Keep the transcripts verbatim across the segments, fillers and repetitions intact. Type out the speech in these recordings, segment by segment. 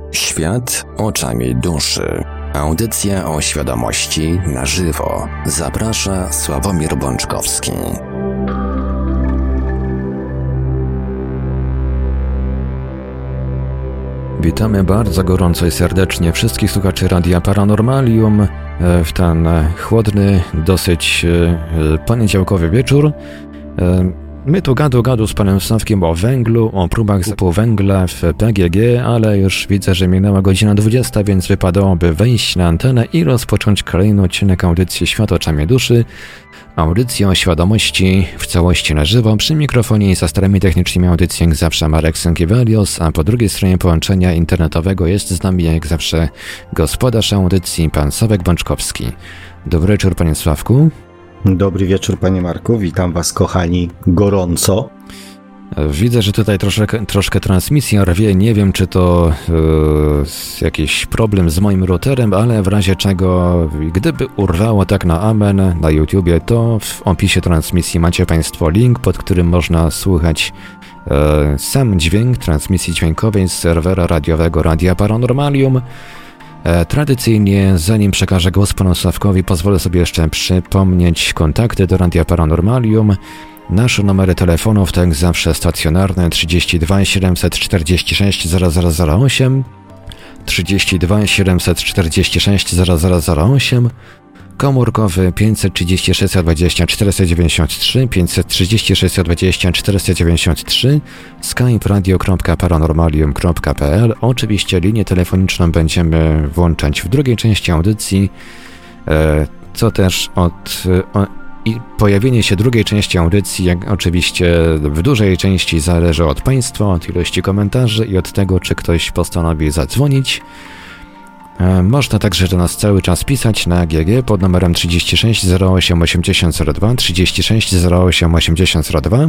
Świat oczami duszy. Audycja o świadomości na żywo. Zaprasza Sławomir Bączkowski. Witamy bardzo gorąco i serdecznie wszystkich słuchaczy Radia Paranormalium w ten chłodny, dosyć poniedziałkowy wieczór. My tu gadu gadu z panem Sławkiem o węglu, o próbach zakupu węgla w P G G, ale już widzę, że minęła godzina dwudziesta, więc wypadałoby wejść na antenę i rozpocząć kolejny odcinek audycji Świat oczami duszy. Audycja o świadomości w całości na żywo, przy mikrofonie i za starymi technicznymi audycji jak zawsze Marek Sękiewelios, a po drugiej stronie połączenia internetowego jest z nami jak zawsze gospodarz audycji, pan Sławek Bączkowski. Dobry wieczór, panie Sławku. Dobry wieczór, panie Marku, witam was kochani gorąco. Widzę, że tutaj troszkę, troszkę transmisja rwie, nie wiem czy to yy, jakiś problem z moim routerem, ale w razie czego, gdyby urwało tak na amen na YouTubie, to w opisie transmisji macie państwo link, pod którym można słuchać yy, sam dźwięk transmisji dźwiękowej z serwera radiowego Radia Paranormalium. Tradycyjnie, zanim przekażę głos panu Sławkowi, pozwolę sobie jeszcze przypomnieć kontakty do Radia Paranormalium. Nasze numery telefonów to jak zawsze stacjonarne trzydzieści dwa siedemset czterdzieści sześć zero zero zero osiem, trzydzieści dwa siedemset czterdzieści sześć zero zero zero osiem, komórkowy pięćset trzydzieści sześć dwadzieścia czterysta dziewięćdziesiąt trzy, pięćset trzydzieści sześć dwadzieścia czterysta dziewięćdziesiąt trzy, skype radio kropka paranormalium kropka p l. Oczywiście linię telefoniczną będziemy włączać w drugiej części audycji, co też od o, i pojawienie się drugiej części audycji, jak oczywiście w dużej części zależy od państwa, od ilości komentarzy i od tego, czy ktoś postanowi zadzwonić. Można także do nas cały czas pisać na G G pod numerem trzydzieści sześć zero osiem osiemdziesiąt zero dwa, trzydzieści sześć zero osiem osiemdziesiąt zero dwa.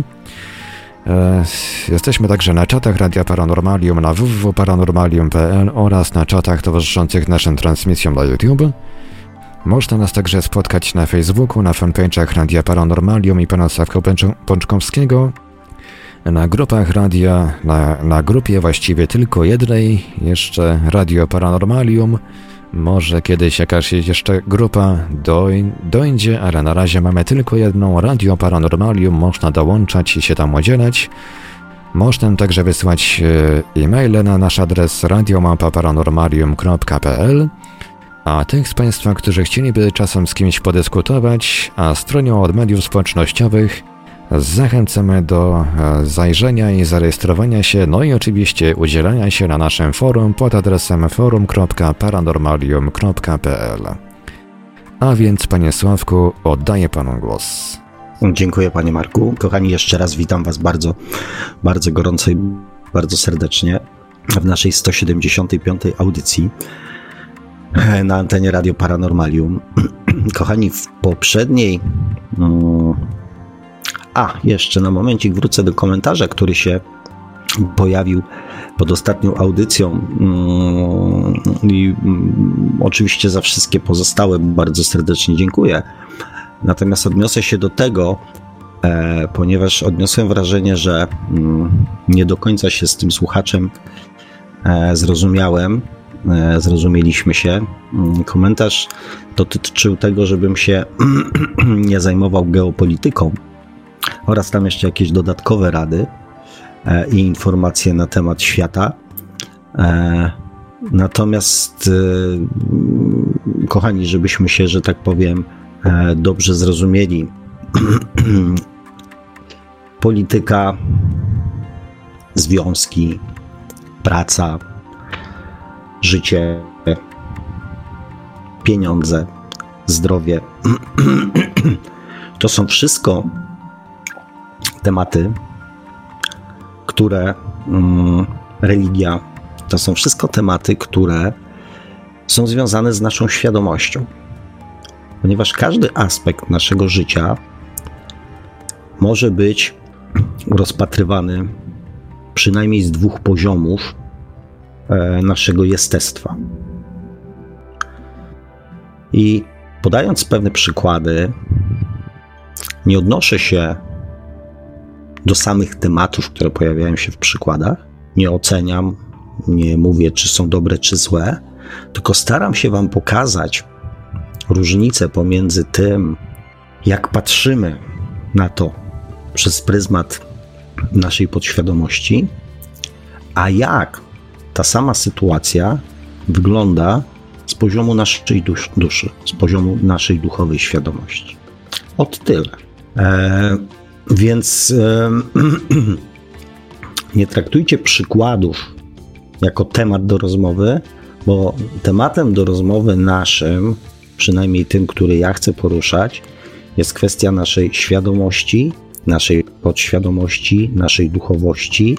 Jesteśmy także na czatach Radia Paranormalium na w w w kropka paranormalium kropka p l oraz na czatach towarzyszących naszym transmisjom na YouTube. Można nas także spotkać na Facebooku, na fanpage'ach Radia Paranormalium i pana Sławka Bączkowskiego, na grupach radia, na, na grupie właściwie tylko jednej, jeszcze Radio Paranormalium. Może kiedyś jakaś jeszcze grupa doj, dojdzie, ale na razie mamy tylko jedną, Radio Paranormalium, można dołączać i się tam udzielać. Można także wysłać e-maile na nasz adres radio małpa paranormalium kropka p l. A tych z państwa, którzy chcieliby czasem z kimś podyskutować, a stronią od mediów społecznościowych, zachęcamy do zajrzenia i zarejestrowania się, no i oczywiście udzielania się na naszym forum pod adresem forum kropka paranormalium kropka p l. A więc, panie Sławku, oddaję panu głos. Dziękuję, panie Marku. Kochani, jeszcze raz witam was bardzo, bardzo gorąco i bardzo serdecznie w naszej sto siedemdziesiątej piątej audycji na antenie Radio Paranormalium. Kochani, w poprzedniej... No, a, jeszcze na momencik wrócę do komentarza, który się pojawił pod ostatnią audycją i oczywiście za wszystkie pozostałe bardzo serdecznie dziękuję. Natomiast odniosę się do tego, ponieważ odniosłem wrażenie, że nie do końca się z tym słuchaczem zrozumiałem, zrozumieliśmy się. Komentarz dotyczył tego, żebym się nie zajmował geopolityką oraz tam jeszcze jakieś dodatkowe rady e, i informacje na temat świata. E, natomiast e, kochani, żebyśmy się, że tak powiem, e, dobrze zrozumieli, polityka, związki, praca, życie, pieniądze, zdrowie to są wszystko tematy, które mm, religia, to są wszystko tematy, które są związane z naszą świadomością. Ponieważ każdy aspekt naszego życia może być rozpatrywany przynajmniej z dwóch poziomów e, naszego jestestwa. I podając pewne przykłady, nie odnoszę się do samych tematów, które pojawiają się w przykładach. Nie oceniam, nie mówię, czy są dobre, czy złe, tylko staram się wam pokazać różnicę pomiędzy tym, jak patrzymy na to przez pryzmat naszej podświadomości, a jak ta sama sytuacja wygląda z poziomu naszej dusz, duszy, z poziomu naszej duchowej świadomości. Od tyle. E, więc e, nie traktujcie przykładów jako temat do rozmowy, bo tematem do rozmowy naszym, przynajmniej tym, który ja chcę poruszać, jest kwestia naszej świadomości, naszej podświadomości, naszej duchowości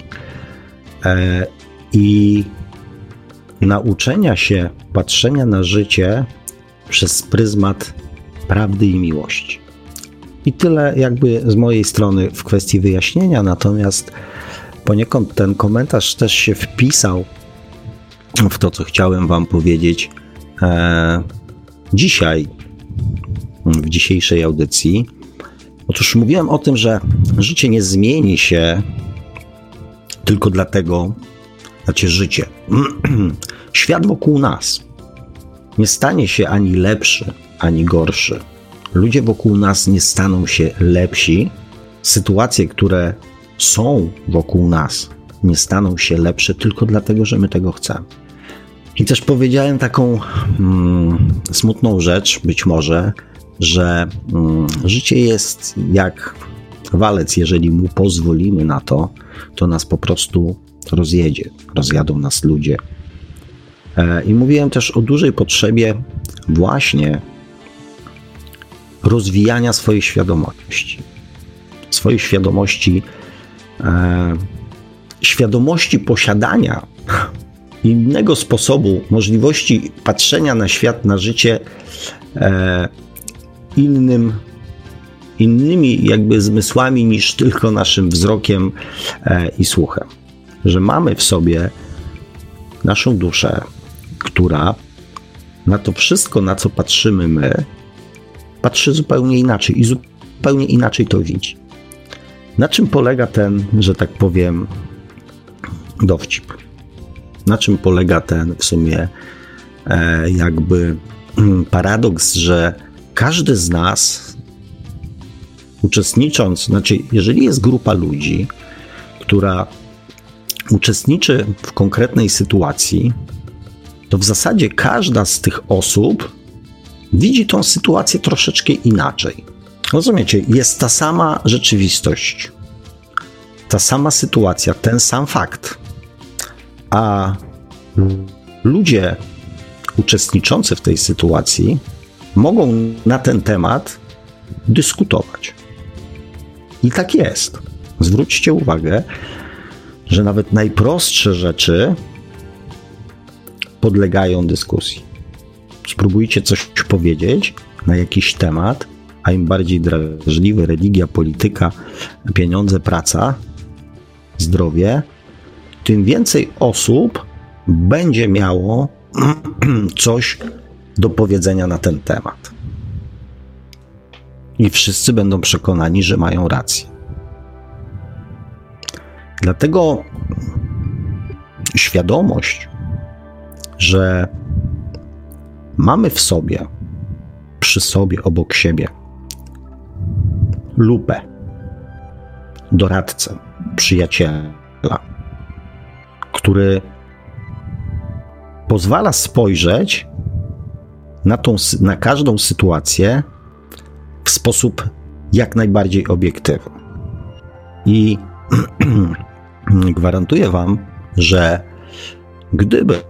e, i nauczenia się patrzenia na życie przez pryzmat prawdy i miłości. I tyle jakby z mojej strony w kwestii wyjaśnienia, natomiast poniekąd ten komentarz też się wpisał w to, co chciałem wam powiedzieć e, dzisiaj, w dzisiejszej audycji. Otóż mówiłem o tym, że życie nie zmieni się tylko dlatego, znaczy życie, świat wokół nas nie stanie się ani lepszy, ani gorszy. Ludzie wokół nas nie staną się lepsi. Sytuacje, które są wokół nas, nie staną się lepsze tylko dlatego, że my tego chcemy. I też powiedziałem taką mm, smutną rzecz, być może, że mm, życie jest jak walec, jeżeli mu pozwolimy na to, to nas po prostu rozjedzie, rozjadą nas ludzie. E, I mówiłem też o dużej potrzebie właśnie rozwijania swojej świadomości. Swojej świadomości, e, świadomości posiadania innego sposobu, możliwości patrzenia na świat, na życie e, innym, innymi jakby zmysłami niż tylko naszym wzrokiem e, i słuchem. Że mamy w sobie naszą duszę, która na to wszystko, na co patrzymy my, patrzy zupełnie inaczej i zupełnie inaczej to widzi. Na czym polega ten, że tak powiem, dowcip? Na czym polega ten w sumie e, jakby paradoks, że każdy z nas uczestnicząc, znaczy jeżeli jest grupa ludzi, która uczestniczy w konkretnej sytuacji, to w zasadzie każda z tych osób widzi tą sytuację troszeczkę inaczej. Rozumiecie? Jest ta sama rzeczywistość, ta sama sytuacja, ten sam fakt. A ludzie uczestniczący w tej sytuacji mogą na ten temat dyskutować. I tak jest. Zwróćcie uwagę, że nawet najprostsze rzeczy podlegają dyskusji. Spróbujcie coś powiedzieć na jakiś temat, a im bardziej drażliwy religia, polityka, pieniądze, praca, zdrowie, tym więcej osób będzie miało coś do powiedzenia na ten temat. I wszyscy będą przekonani, że mają rację. Dlatego świadomość, że mamy w sobie, przy sobie, obok siebie lupę, doradcę, przyjaciela, który pozwala spojrzeć na, tą, na każdą sytuację w sposób jak najbardziej obiektywny. I gwarantuję wam, że gdyby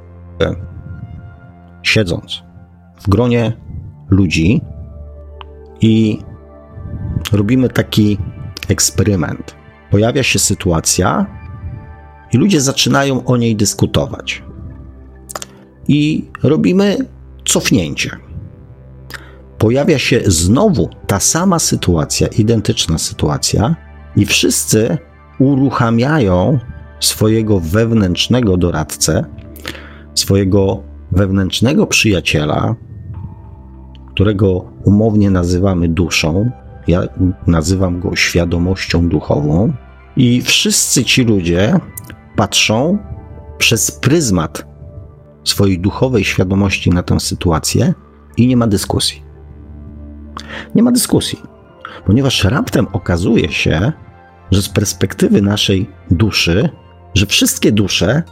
siedząc w gronie ludzi i robimy taki eksperyment, pojawia się sytuacja i ludzie zaczynają o niej dyskutować. I robimy cofnięcie. Pojawia się znowu ta sama sytuacja, identyczna sytuacja i wszyscy uruchamiają swojego wewnętrznego doradcę, swojego wewnętrznego przyjaciela, którego umownie nazywamy duszą, ja nazywam go świadomością duchową, i wszyscy ci ludzie patrzą przez pryzmat swojej duchowej świadomości na tę sytuację i nie ma dyskusji. Nie ma dyskusji, ponieważ raptem okazuje się, że z perspektywy naszej duszy, że wszystkie dusze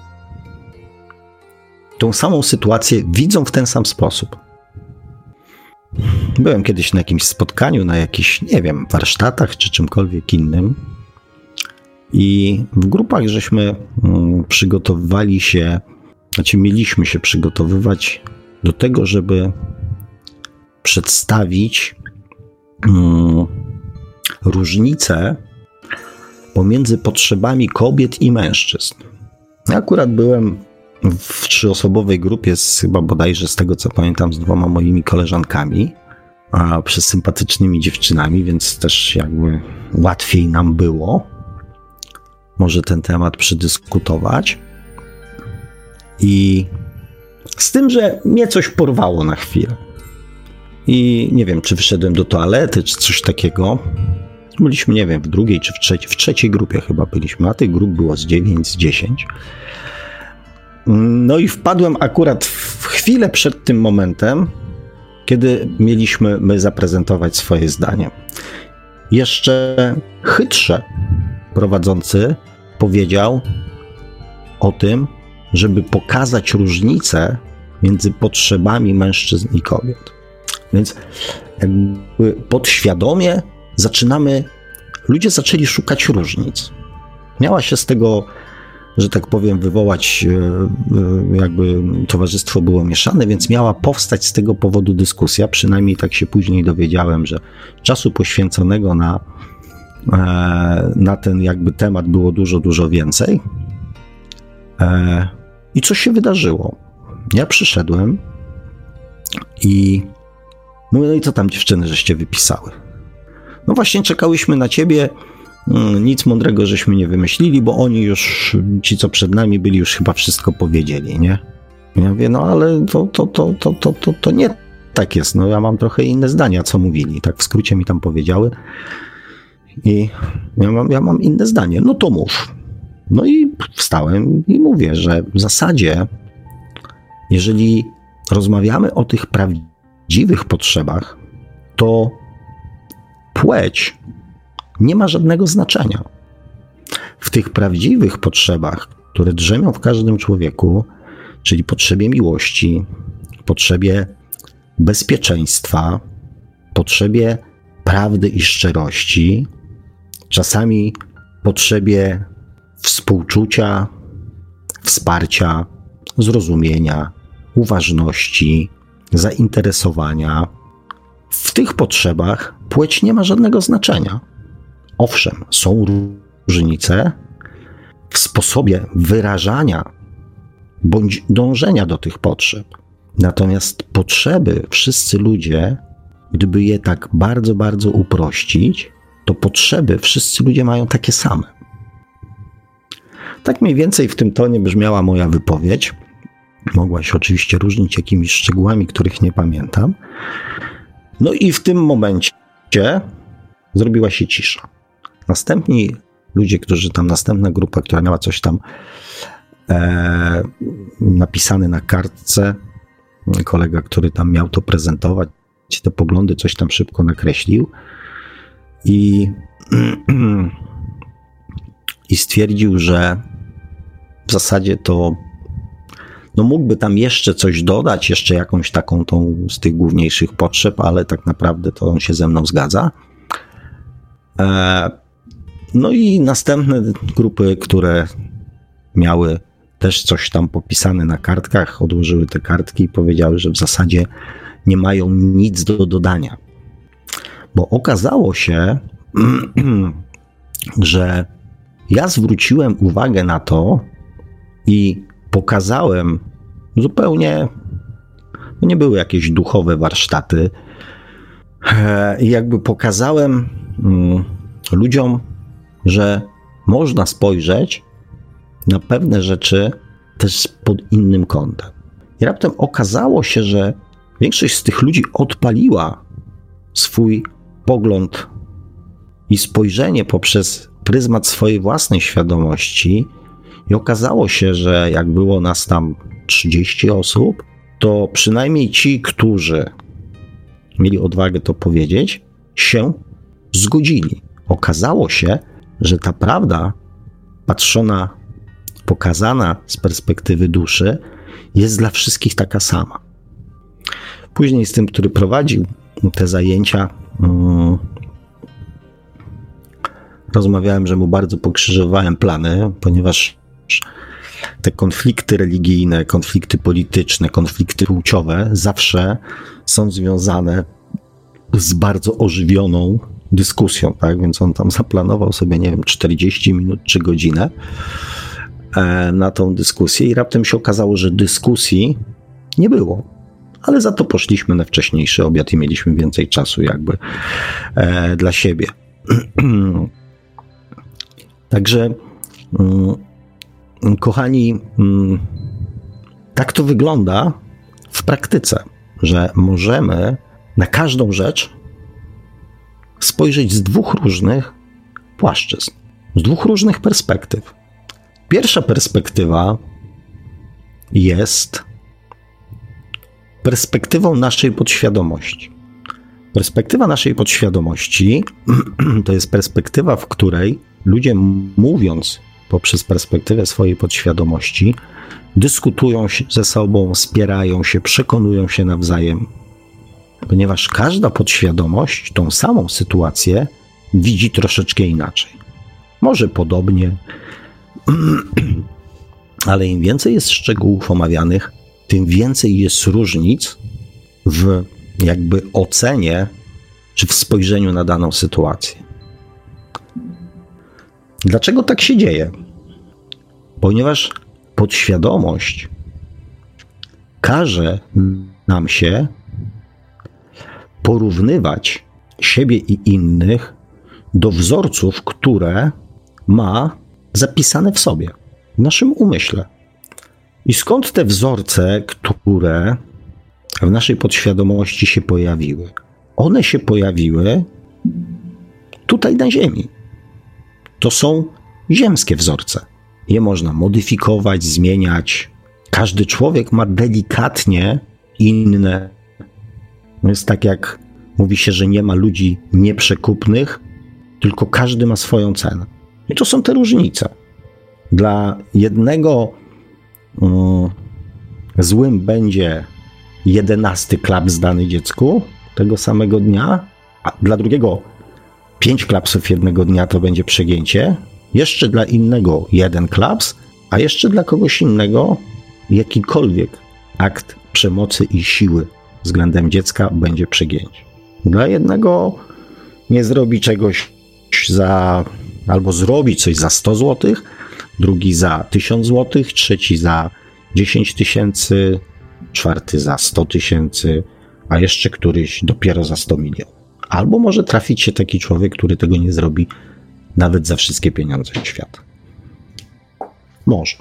tą samą sytuację widzą w ten sam sposób. Byłem kiedyś na jakimś spotkaniu, na jakichś, nie wiem, warsztatach czy czymkolwiek innym i w grupach żeśmy mm, przygotowywali się, znaczy mieliśmy się przygotowywać do tego, żeby przedstawić mm, różnice pomiędzy potrzebami kobiet i mężczyzn. Ja akurat byłem w trzyosobowej grupie z chyba bodajże, z tego co pamiętam, z dwoma moimi koleżankami, a przez sympatycznymi dziewczynami, więc też jakby łatwiej nam było może ten temat przedyskutować. I z tym, że mnie coś porwało na chwilę. I nie wiem, czy wyszedłem do toalety, czy coś takiego. Byliśmy, nie wiem, w drugiej czy w trzeciej, w trzeciej grupie chyba byliśmy, a tych grup było z dziewięć, z dziesięć. No i wpadłem akurat w chwilę przed tym momentem, kiedy mieliśmy my zaprezentować swoje zdanie. Jeszcze chytrze prowadzący powiedział o tym, żeby pokazać różnicę między potrzebami mężczyzn i kobiet. Więc jakby podświadomie zaczynamy, ludzie zaczęli szukać różnic. Miała się z tego, że tak powiem, wywołać, jakby towarzystwo było mieszane, więc miała powstać z tego powodu dyskusja, przynajmniej tak się później dowiedziałem, że czasu poświęconego na, na ten jakby temat było dużo, dużo więcej. I co się wydarzyło? Ja przyszedłem i mówię, no i co tam dziewczyny żeście wypisały? No właśnie czekałyśmy na ciebie, nic mądrego żeśmy nie wymyślili, bo oni już, ci co przed nami byli, już chyba wszystko powiedzieli, nie? Ja mówię, no ale to, to, to, to, to, to, to nie tak jest, no ja mam trochę inne zdania, co mówili, tak w skrócie mi tam powiedziały i ja mam, ja mam inne zdanie, no to mów. No i wstałem i mówię, że w zasadzie, jeżeli rozmawiamy o tych prawdziwych potrzebach, to płeć nie ma żadnego znaczenia. W tych prawdziwych potrzebach, które drzemią w każdym człowieku, czyli potrzebie miłości, potrzebie bezpieczeństwa, potrzebie prawdy i szczerości, czasami potrzebie współczucia, wsparcia, zrozumienia, uważności, zainteresowania. W tych potrzebach płeć nie ma żadnego znaczenia. Owszem, są różnice w sposobie wyrażania bądź dążenia do tych potrzeb. Natomiast potrzeby wszyscy ludzie, gdyby je tak bardzo, bardzo uprościć, to potrzeby wszyscy ludzie mają takie same. Tak mniej więcej w tym tonie brzmiała moja wypowiedź. Mogła się oczywiście różnić jakimiś szczegółami, których nie pamiętam. No i w tym momencie zrobiła się cisza. Następni ludzie, którzy tam, następna grupa, która miała coś tam e, napisane na kartce, kolega, który tam miał to prezentować, te poglądy coś tam szybko nakreślił i, i stwierdził, że w zasadzie to no mógłby tam jeszcze coś dodać, jeszcze jakąś taką tą z tych główniejszych potrzeb, ale tak naprawdę to on się ze mną zgadza. E, no i następne grupy, które miały też coś tam popisane na kartkach, odłożyły te kartki i powiedziały, że w zasadzie nie mają nic do dodania. Bo okazało się, że ja zwróciłem uwagę na to i pokazałem zupełnie, no nie były jakieś duchowe warsztaty, i jakby pokazałem ludziom, że można spojrzeć na pewne rzeczy też pod innym kątem. I raptem okazało się, że większość z tych ludzi odpaliła swój pogląd i spojrzenie poprzez pryzmat swojej własnej świadomości I okazało się, że jak było nas tam trzydzieści osób, to przynajmniej ci, którzy mieli odwagę to powiedzieć, się zgodzili. Okazało się, że ta prawda patrzona, pokazana z perspektywy duszy jest dla wszystkich taka sama. Później z tym, który prowadził te zajęcia, hmm, rozmawiałem, że mu bardzo pokrzyżowałem plany, ponieważ te konflikty religijne, konflikty polityczne, konflikty płciowe zawsze są związane z bardzo ożywioną dyskusją, tak? Więc on tam zaplanował sobie, nie wiem, czterdzieści minut czy godzinę na tą dyskusję i raptem się okazało, że dyskusji nie było. Ale za to poszliśmy na wcześniejszy obiad i mieliśmy więcej czasu jakby e, dla siebie. Także kochani, tak to wygląda w praktyce, że możemy na każdą rzecz spojrzeć z dwóch różnych płaszczyzn, z dwóch różnych perspektyw. Pierwsza perspektywa jest perspektywą naszej podświadomości. Perspektywa naszej podświadomości to jest perspektywa, w której ludzie, mówiąc poprzez perspektywę swojej podświadomości, dyskutują ze sobą, wspierają się, przekonują się nawzajem, ponieważ każda podświadomość tą samą sytuację widzi troszeczkę inaczej. Może podobnie, ale im więcej jest szczegółów omawianych, tym więcej jest różnic w jakby ocenie czy w spojrzeniu na daną sytuację. Dlaczego tak się dzieje? Ponieważ podświadomość każe nam się porównywać siebie i innych do wzorców, które ma zapisane w sobie, w naszym umyśle. I skąd te wzorce, które w naszej podświadomości się pojawiły? One się pojawiły tutaj na Ziemi. To są ziemskie wzorce. Je można modyfikować, zmieniać. Każdy człowiek ma delikatnie inne. No jest tak, jak mówi się, że nie ma ludzi nieprzekupnych, tylko każdy ma swoją cenę. I to są te różnice. Dla jednego um, złym będzie jedenasty klaps dany dziecku tego samego dnia, a dla drugiego pięć klapsów jednego dnia to będzie przegięcie, jeszcze dla innego jeden klaps, a jeszcze dla kogoś innego jakikolwiek akt przemocy i siły względem dziecka będzie przegięcie. Dla jednego nie zrobi czegoś za, albo zrobi coś za sto złotych, drugi za tysiąc złotych, trzeci za dziesięć tysięcy, czwarty za sto tysięcy, a jeszcze któryś dopiero za sto milionów. Albo może trafić się taki człowiek, który tego nie zrobi nawet za wszystkie pieniądze świata. Może.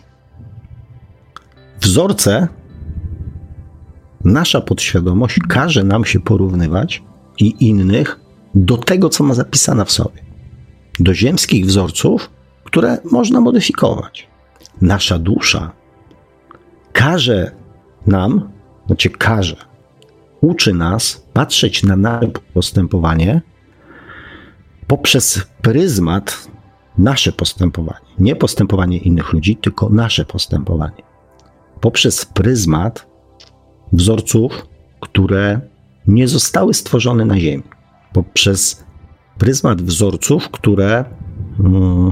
Wzorce nasza podświadomość każe nam się porównywać i innych do tego, co ma zapisane w sobie. Do ziemskich wzorców, które można modyfikować. Nasza dusza każe nam, znaczy każe, uczy nas patrzeć na nasze postępowanie poprzez pryzmat nasze postępowanie. Nie postępowanie innych ludzi, tylko nasze postępowanie. Poprzez pryzmat wzorców, które nie zostały stworzone na Ziemi. Poprzez pryzmat wzorców, które mm,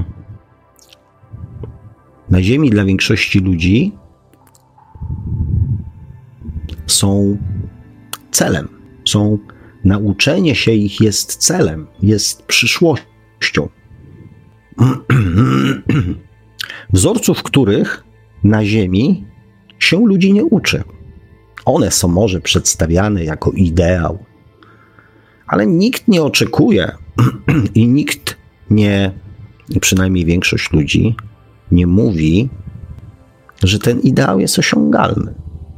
na Ziemi dla większości ludzi są celem. Są, nauczenie się ich jest celem, jest przyszłością. Wzorców, których na Ziemi się ludzi nie uczy. One są może przedstawiane jako ideał, ale nikt nie oczekuje i nikt nie, przynajmniej większość ludzi, nie mówi, że ten ideał jest osiągalny.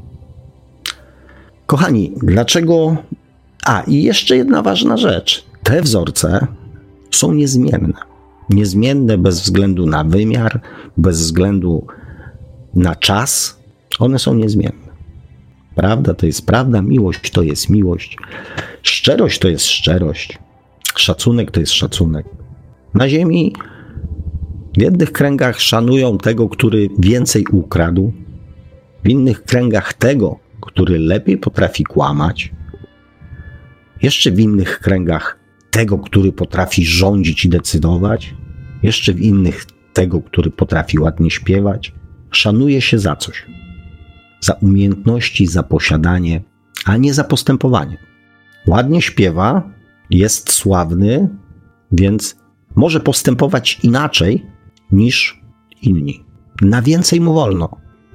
Kochani, dlaczego... A, i jeszcze jedna ważna rzecz. Te wzorce są niezmienne. niezmienne bez względu na wymiar, bez względu na czas. One są niezmienne. Prawda to jest prawda, miłość to jest miłość, szczerość to jest szczerość, szacunek to jest szacunek. Na ziemi w jednych kręgach szanują tego, który więcej ukradł, w innych kręgach tego, który lepiej potrafi kłamać, jeszcze w innych kręgach tego, który potrafi rządzić i decydować, jeszcze w innych tego, który potrafi ładnie śpiewać. Szanuje się za coś. Za umiejętności, za posiadanie, a nie za postępowanie. Ładnie śpiewa, jest sławny, więc może postępować inaczej niż inni. Na więcej mu wolno.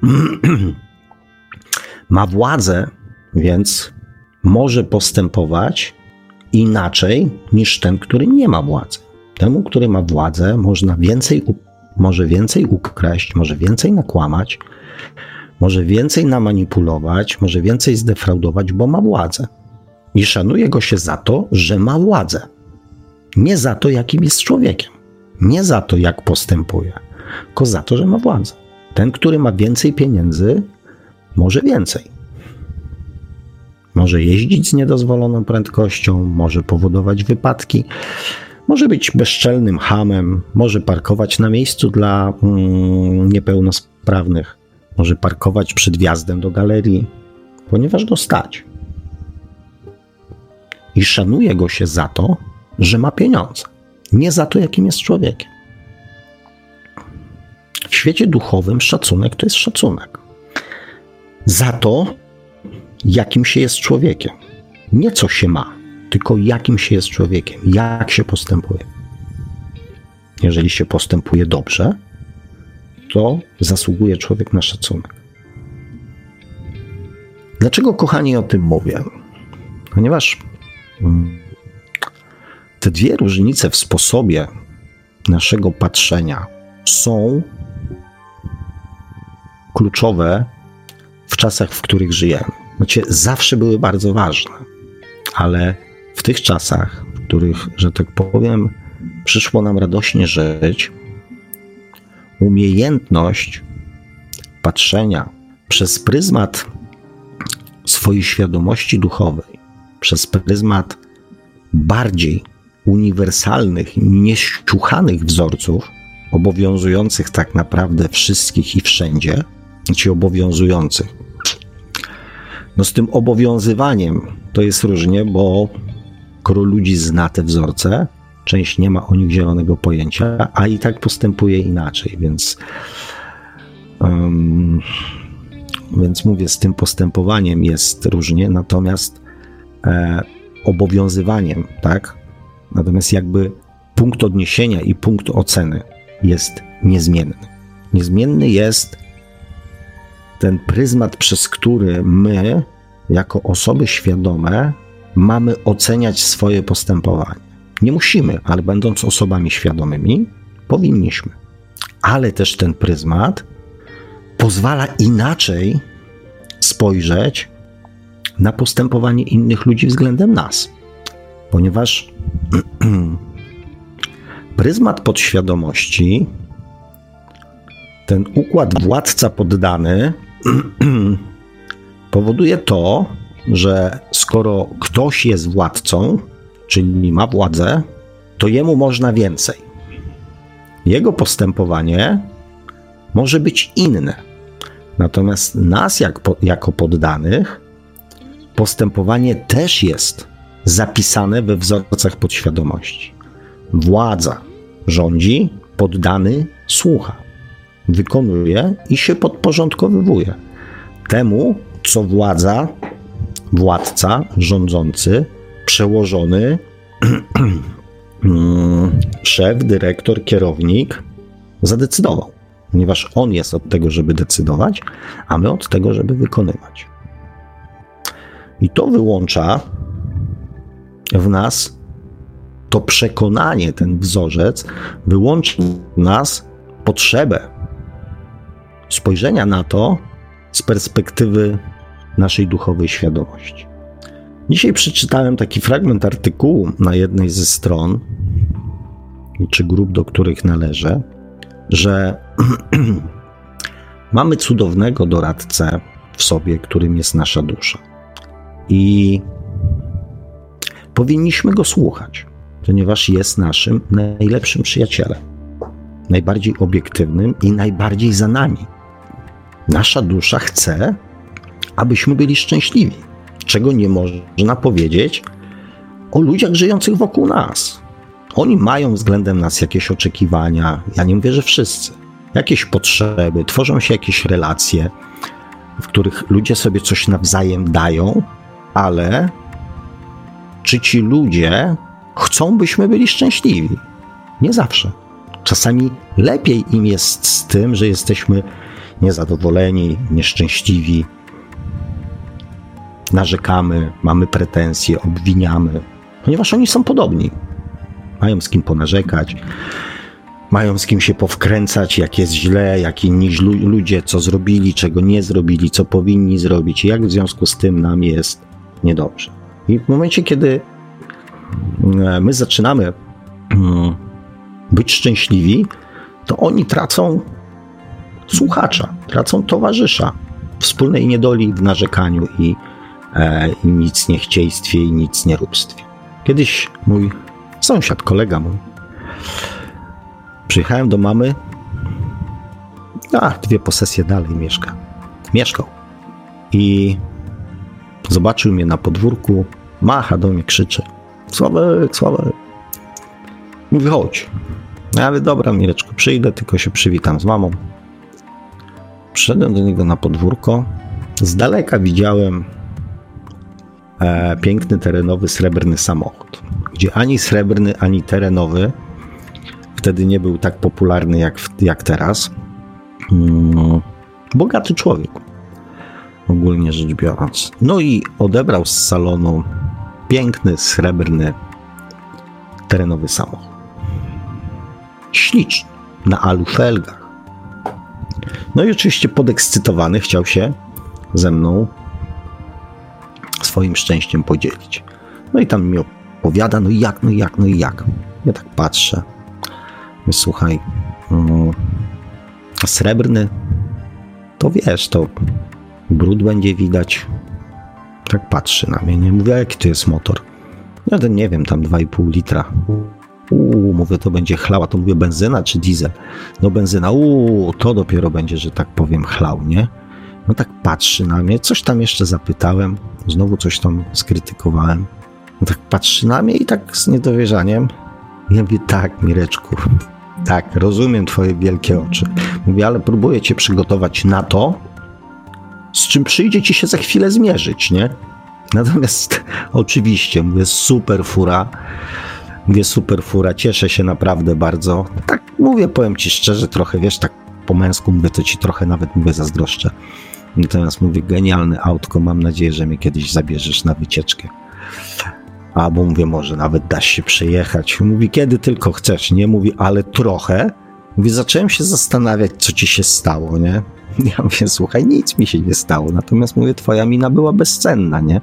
Ma władzę, więc może postępować inaczej niż ten, który nie ma władzy. Temu, który ma władzę, można więcej, może więcej ukraść, może więcej nakłamać, może więcej namanipulować, może więcej zdefraudować, bo ma władzę. I szanuje go się za to, że ma władzę. Nie za to, jakim jest człowiekiem. Nie za to, jak postępuje, tylko za to, że ma władzę. Ten, który ma więcej pieniędzy, może więcej. Może jeździć z niedozwoloną prędkością, może powodować wypadki, może być bezczelnym chamem, może parkować na miejscu dla mm, niepełnosprawnych, może parkować przed wjazdem do galerii, ponieważ go stać. I szanuje go się za to, że ma pieniądze, nie za to, jakim jest człowiekiem. W świecie duchowym szacunek to jest szacunek. Za to, jakim się jest człowiekiem. Nie co się ma, tylko jakim się jest człowiekiem, jak się postępuje. Jeżeli się postępuje dobrze, to zasługuje człowiek na szacunek. Dlaczego, kochani, o tym mówię? Ponieważ te dwie różnice w sposobie naszego patrzenia są kluczowe w czasach, w których żyjemy. Znaczy, zawsze były bardzo ważne, ale w tych czasach, w których, że tak powiem, przyszło nam radośnie żyć, umiejętność patrzenia przez pryzmat swojej świadomości duchowej, przez pryzmat bardziej uniwersalnych, nieściuchanych wzorców, obowiązujących tak naprawdę wszystkich i wszędzie, ci obowiązujących. No z tym obowiązywaniem to jest różnie, bo gro ludzi zna te wzorce, część nie ma o nich zielonego pojęcia, a i tak postępuje inaczej, więc um, więc mówię, z tym postępowaniem jest różnie, natomiast e, obowiązywaniem, tak? Natomiast jakby punkt odniesienia i punkt oceny jest niezmienny. Niezmienny jest ten pryzmat, przez który my, jako osoby świadome, mamy oceniać swoje postępowanie. Nie musimy, ale będąc osobami świadomymi, powinniśmy. Ale też ten pryzmat pozwala inaczej spojrzeć na postępowanie innych ludzi względem nas. Ponieważ pryzmat podświadomości, ten układ władca-poddany powoduje to, że skoro ktoś jest władcą, czyli ma władzę, to jemu można więcej. Jego postępowanie może być inne. Natomiast nas jak, jako poddanych postępowanie też jest zapisane we wzorcach podświadomości. Władza rządzi, poddany słucha, wykonuje i się podporządkowywuje temu, co władza, władca, rządzący, przełożony, szef, dyrektor, kierownik zadecydował. Ponieważ on jest od tego, żeby decydować, a my od tego, żeby wykonywać. I to wyłącza w nas to przekonanie, ten wzorzec, wyłączy w nas potrzebę spojrzenia na to z perspektywy naszej duchowej świadomości. Dzisiaj przeczytałem taki fragment artykułu na jednej ze stron czy grup, do których należę, że mamy cudownego doradcę w sobie, którym jest nasza dusza. I powinniśmy go słuchać, ponieważ jest naszym najlepszym przyjacielem, najbardziej obiektywnym i najbardziej za nami. Nasza dusza chce, abyśmy byli szczęśliwi, czego nie można powiedzieć o ludziach żyjących wokół nas. Oni mają względem nas jakieś oczekiwania, ja nie mówię, że wszyscy, jakieś potrzeby, tworzą się jakieś relacje, w których ludzie sobie coś nawzajem dają, ale czy ci ludzie chcą, byśmy byli szczęśliwi? Nie zawsze. Czasami lepiej im jest z tym, że jesteśmy niezadowoleni, nieszczęśliwi, narzekamy, mamy pretensje, obwiniamy, ponieważ oni są podobni. Mają z kim ponarzekać, mają z kim się powkręcać, jak jest źle, jak inni ludzie, co zrobili, czego nie zrobili, co powinni zrobić, jak w związku z tym nam jest niedobrze. I w momencie, kiedy my zaczynamy być szczęśliwi, to oni tracą słuchacza, tracą towarzysza w wspólnej niedoli, w narzekaniu i, e, i nic niechciejstwie i nic nieróbstwie. Kiedyś mój sąsiad, kolega mój, przyjechałem do mamy, a dwie posesje dalej mieszka. Mieszkał. I zobaczył mnie na podwórku, macha do mnie, krzyczy: Sławek, Sławek. Mówi: chodź. Ja mówię: dobra, Mireczku, przyjdę, tylko się przywitam z mamą. Przyszedłem do niego na podwórko. Z daleka widziałem e, piękny, terenowy, srebrny samochód, gdzie ani srebrny, ani terenowy wtedy nie był tak popularny jak, jak teraz. Hmm, bogaty człowiek, ogólnie rzecz biorąc. No i odebrał z salonu piękny, srebrny, terenowy samochód. Śliczny, na alu felgach. No i oczywiście podekscytowany chciał się ze mną swoim szczęściem podzielić. No i tam mi opowiada: no i jak, no i jak, no i jak. Ja tak patrzę. Mówię: słuchaj, um, srebrny, to wiesz, to brud będzie widać. Tak patrzy na mnie, nie? Mówię: a jaki to jest motor? Ja to nie wiem, tam dwa i pół litra. Uuu, mówię, to będzie chlała. To mówię: benzyna czy diesel? No benzyna. Uuu, to dopiero będzie, że tak powiem, chlał, nie? No tak patrzy na mnie, coś tam jeszcze zapytałem, znowu coś tam skrytykowałem. No tak patrzy na mnie i tak z niedowierzaniem. Ja mówię: tak, Mireczku, tak, rozumiem twoje wielkie oczy. Mówię: ale próbuję cię przygotować na to, z czym przyjdzie ci się za chwilę zmierzyć, nie? Natomiast oczywiście, mówię, super fura, mówię, super fura, cieszę się naprawdę bardzo. Tak mówię, powiem ci szczerze, trochę, wiesz, tak po męsku mówię, to ci trochę nawet, mówię, zazdroszczę. Natomiast mówię: genialne autko, mam nadzieję, że mnie kiedyś zabierzesz na wycieczkę. Albo mówię: może nawet dasz się przejechać. Mówi: kiedy tylko chcesz, nie? Mówi: ale trochę. Mówi: zacząłem się zastanawiać, co ci się stało, nie? Ja mówię: słuchaj, nic mi się nie stało. Natomiast mówię, twoja mina była bezcenna, nie?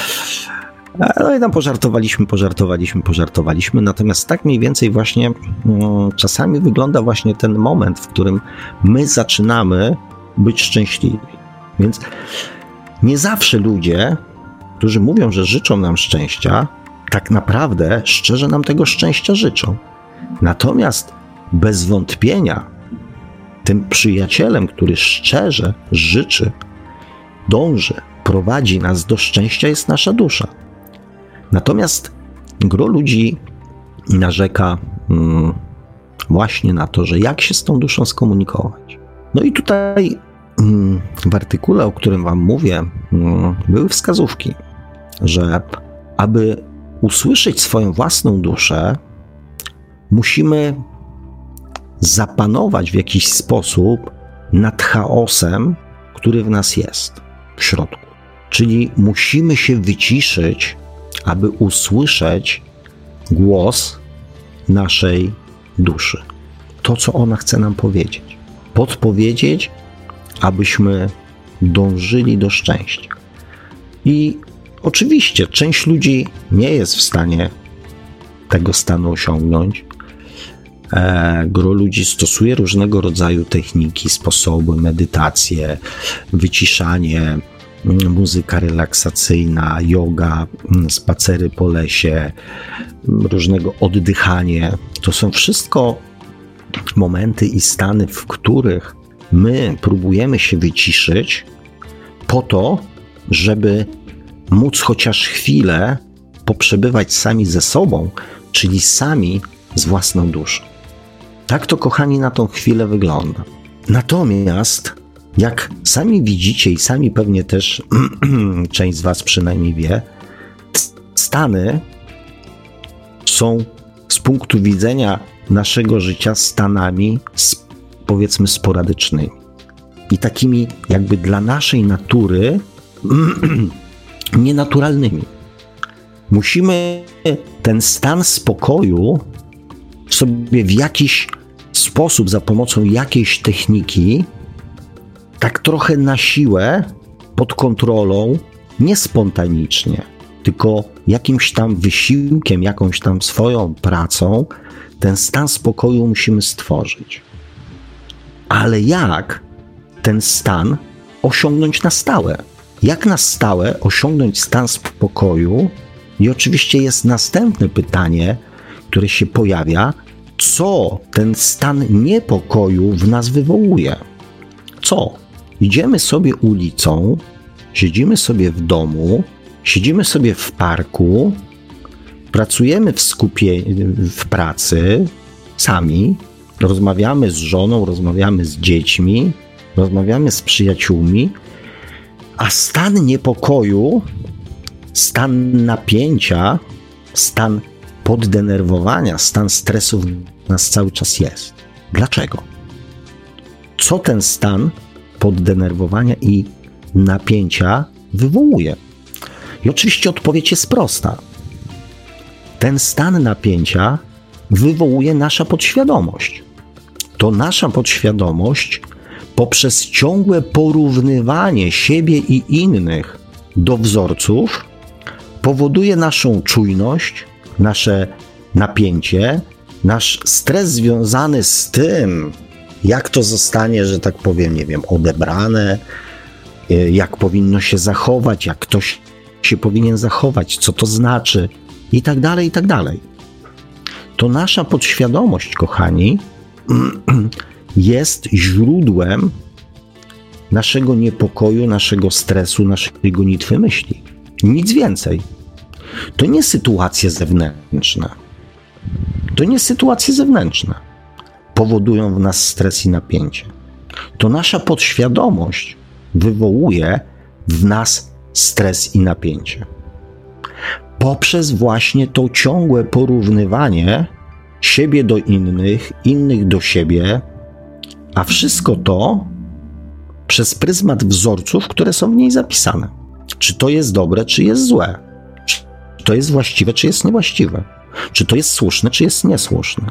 No i tam pożartowaliśmy, pożartowaliśmy, pożartowaliśmy. Natomiast tak mniej więcej właśnie um, czasami wygląda właśnie ten moment, w którym my zaczynamy być szczęśliwi. Więc nie zawsze ludzie, którzy mówią, że życzą nam szczęścia, tak naprawdę szczerze nam tego szczęścia życzą. Natomiast bez wątpienia tym przyjacielem, który szczerze życzy, dąży, prowadzi nas do szczęścia, jest nasza dusza. Natomiast gro ludzi narzeka mm, właśnie na to, że jak się z tą duszą skomunikować. No i tutaj mm, w artykule, o którym wam mówię, mm, były wskazówki, że aby usłyszeć swoją własną duszę, musimy zapanować w jakiś sposób nad chaosem, który w nas jest w środku. Czyli musimy się wyciszyć, aby usłyszeć głos naszej duszy. To, co ona chce nam powiedzieć. Podpowiedzieć, abyśmy dążyli do szczęścia. I oczywiście część ludzi nie jest w stanie tego stanu osiągnąć. E, gro ludzi stosuje różnego rodzaju techniki, sposoby, medytacje, wyciszanie, muzyka relaksacyjna, yoga, spacery po lesie, różnego oddychanie. To są wszystko momenty i stany, w których my próbujemy się wyciszyć po to, żeby móc chociaż chwilę poprzebywać sami ze sobą, czyli sami z własną duszą. Tak to, kochani, na tą chwilę wygląda. Natomiast, jak sami widzicie i sami pewnie też część z was przynajmniej wie, stany są z punktu widzenia naszego życia stanami, powiedzmy, sporadycznymi. I takimi jakby dla naszej natury nienaturalnymi. Musimy ten stan spokoju sobie w jakiś sposób, za pomocą jakiejś techniki, tak trochę na siłę, pod kontrolą, nie spontanicznie, tylko jakimś tam wysiłkiem, jakąś tam swoją pracą, ten stan spokoju musimy stworzyć. Ale jak ten stan osiągnąć na stałe? Jak na stałe osiągnąć stan spokoju? I oczywiście jest następne pytanie, które się pojawia, co ten stan niepokoju w nas wywołuje? Co? Idziemy sobie ulicą, siedzimy sobie w domu, siedzimy sobie w parku, pracujemy w skupie, w pracy, sami, rozmawiamy z żoną, rozmawiamy z dziećmi, rozmawiamy z przyjaciółmi, a stan niepokoju, stan napięcia, stan poddenerwowania, stan stresu w nas cały czas jest. Dlaczego? Co ten stan poddenerwowania i napięcia wywołuje? I oczywiście odpowiedź jest prosta. Ten stan napięcia wywołuje nasza podświadomość. To nasza podświadomość poprzez ciągłe porównywanie siebie i innych do wzorców powoduje naszą czujność, nasze napięcie, nasz stres związany z tym, jak to zostanie, że tak powiem, nie wiem, odebrane, jak powinno się zachować, jak ktoś się powinien zachować, co to znaczy i tak dalej, i tak dalej. To nasza podświadomość, kochani, jest źródłem naszego niepokoju, naszego stresu, naszej gonitwy myśli. Nic więcej. To nie sytuacje zewnętrzne. To nie sytuacje zewnętrzne powodują w nas stres i napięcie. To nasza podświadomość wywołuje w nas stres i napięcie. Poprzez właśnie to ciągłe porównywanie siebie do innych, innych do siebie, a wszystko to przez pryzmat wzorców, które są w niej zapisane. Czy to jest dobre, czy jest złe? Czy to jest właściwe, czy jest niewłaściwe? Czy to jest słuszne, czy jest niesłuszne?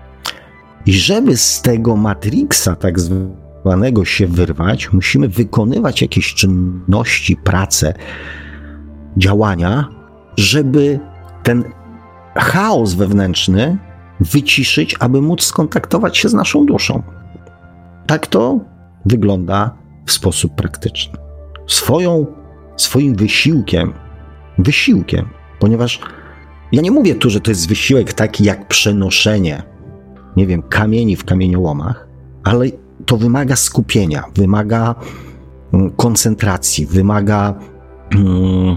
I żeby z tego matrixa tak zwanego się wyrwać, musimy wykonywać jakieś czynności, prace, działania, żeby ten chaos wewnętrzny wyciszyć, aby móc skontaktować się z naszą duszą. Tak to wygląda w sposób praktyczny. Swoją, swoim wysiłkiem, wysiłkiem, ponieważ ja nie mówię tu, że to jest wysiłek taki jak przenoszenie, nie wiem, kamieni w kamieniołomach, ale to wymaga skupienia, wymaga koncentracji, wymaga hmm,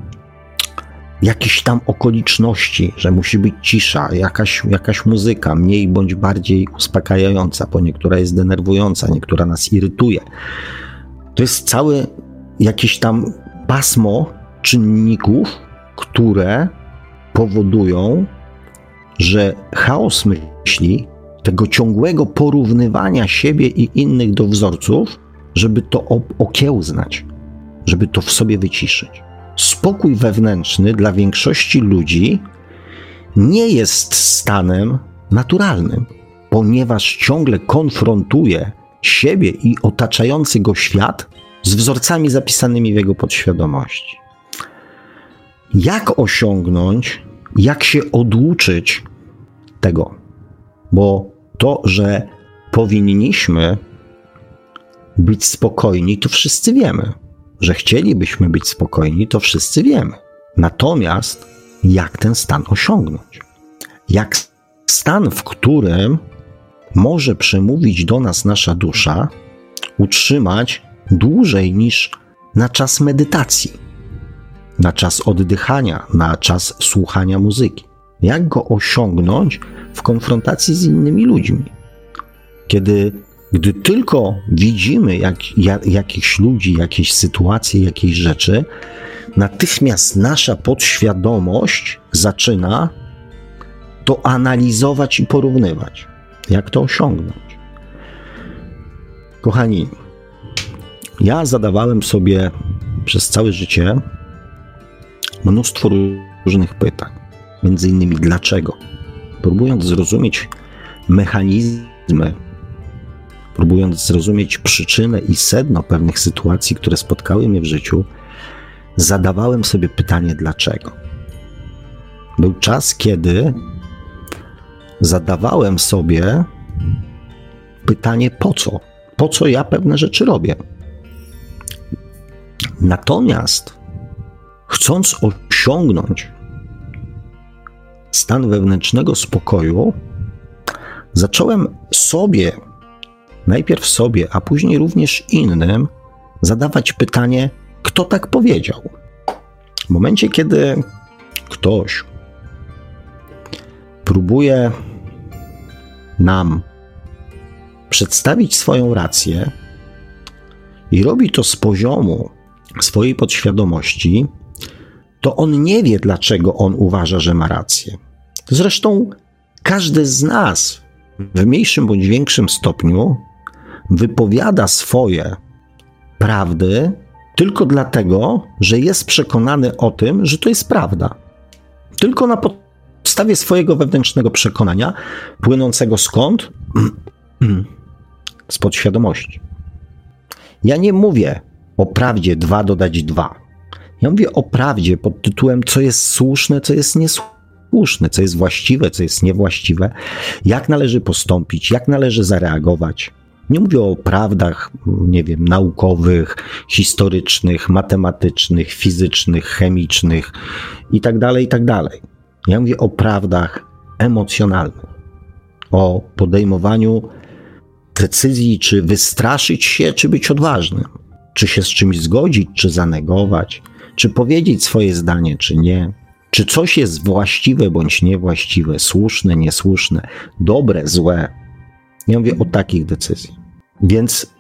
jakichś tam okoliczności, że musi być cisza, jakaś, jakaś muzyka, mniej bądź bardziej uspokajająca, bo niektóra jest denerwująca, niektóra nas irytuje. To jest całe jakieś tam pasmo czynników, które powodują, że chaos myśli, tego ciągłego porównywania siebie i innych do wzorców, żeby to okiełznać, żeby to w sobie wyciszyć. Spokój wewnętrzny dla większości ludzi nie jest stanem naturalnym, ponieważ ciągle konfrontuje siebie i otaczający go świat z wzorcami zapisanymi w jego podświadomości. Jak osiągnąć, jak się oduczyć tego? Bo to, że powinniśmy być spokojni, to wszyscy wiemy. Że chcielibyśmy być spokojni, to wszyscy wiemy. Natomiast jak ten stan osiągnąć? Jak stan, w którym może przemówić do nas nasza dusza, utrzymać dłużej niż na czas medytacji, na czas oddychania, na czas słuchania muzyki? Jak go osiągnąć w konfrontacji z innymi ludźmi? Kiedy, gdy tylko widzimy jak, jak, jakichś ludzi, jakieś sytuacje, jakieś rzeczy, natychmiast nasza podświadomość zaczyna to analizować i porównywać. Jak to osiągnąć? Kochani, ja zadawałem sobie przez całe życie mnóstwo różnych pytań. Między innymi dlaczego? Próbując zrozumieć mechanizmy, próbując zrozumieć przyczynę i sedno pewnych sytuacji, które spotkały mnie w życiu, zadawałem sobie pytanie dlaczego. Był czas, kiedy zadawałem sobie pytanie po co? Po co ja pewne rzeczy robię? Natomiast chcąc osiągnąć stan wewnętrznego spokoju, zacząłem sobie, najpierw sobie, a później również innym, zadawać pytanie, kto tak powiedział? W momencie, kiedy ktoś próbuje nam przedstawić swoją rację i robi to z poziomu swojej podświadomości, to on nie wie, dlaczego on uważa, że ma rację. Zresztą każdy z nas w mniejszym bądź większym stopniu wypowiada swoje prawdy tylko dlatego, że jest przekonany o tym, że to jest prawda. Tylko na podstawie swojego wewnętrznego przekonania, płynącego skąd? Z podświadomości. Ja nie mówię o prawdzie dwa dodać dwa. Ja mówię o prawdzie pod tytułem, co jest słuszne, co jest niesłuszne, co jest właściwe, co jest niewłaściwe, jak należy postąpić, jak należy zareagować. Nie mówię o prawdach, nie wiem, naukowych, historycznych, matematycznych, fizycznych, chemicznych i tak dalej, i tak dalej. Ja mówię o prawdach emocjonalnych, o podejmowaniu decyzji, czy wystraszyć się, czy być odważnym, czy się z czymś zgodzić, czy zanegować, czy powiedzieć swoje zdanie, czy nie, czy coś jest właściwe bądź niewłaściwe, słuszne, niesłuszne, dobre, złe. Ja mówię o takich decyzjach. Więc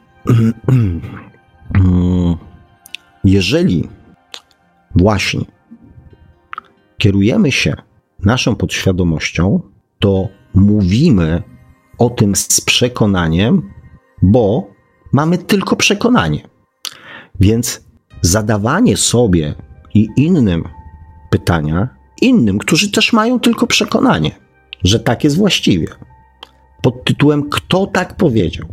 jeżeli właśnie kierujemy się naszą podświadomością, to mówimy o tym z przekonaniem, bo mamy tylko przekonanie. Więc zadawanie sobie i innym pytania, innym, którzy też mają tylko przekonanie, że tak jest właściwie, pod tytułem kto tak powiedział,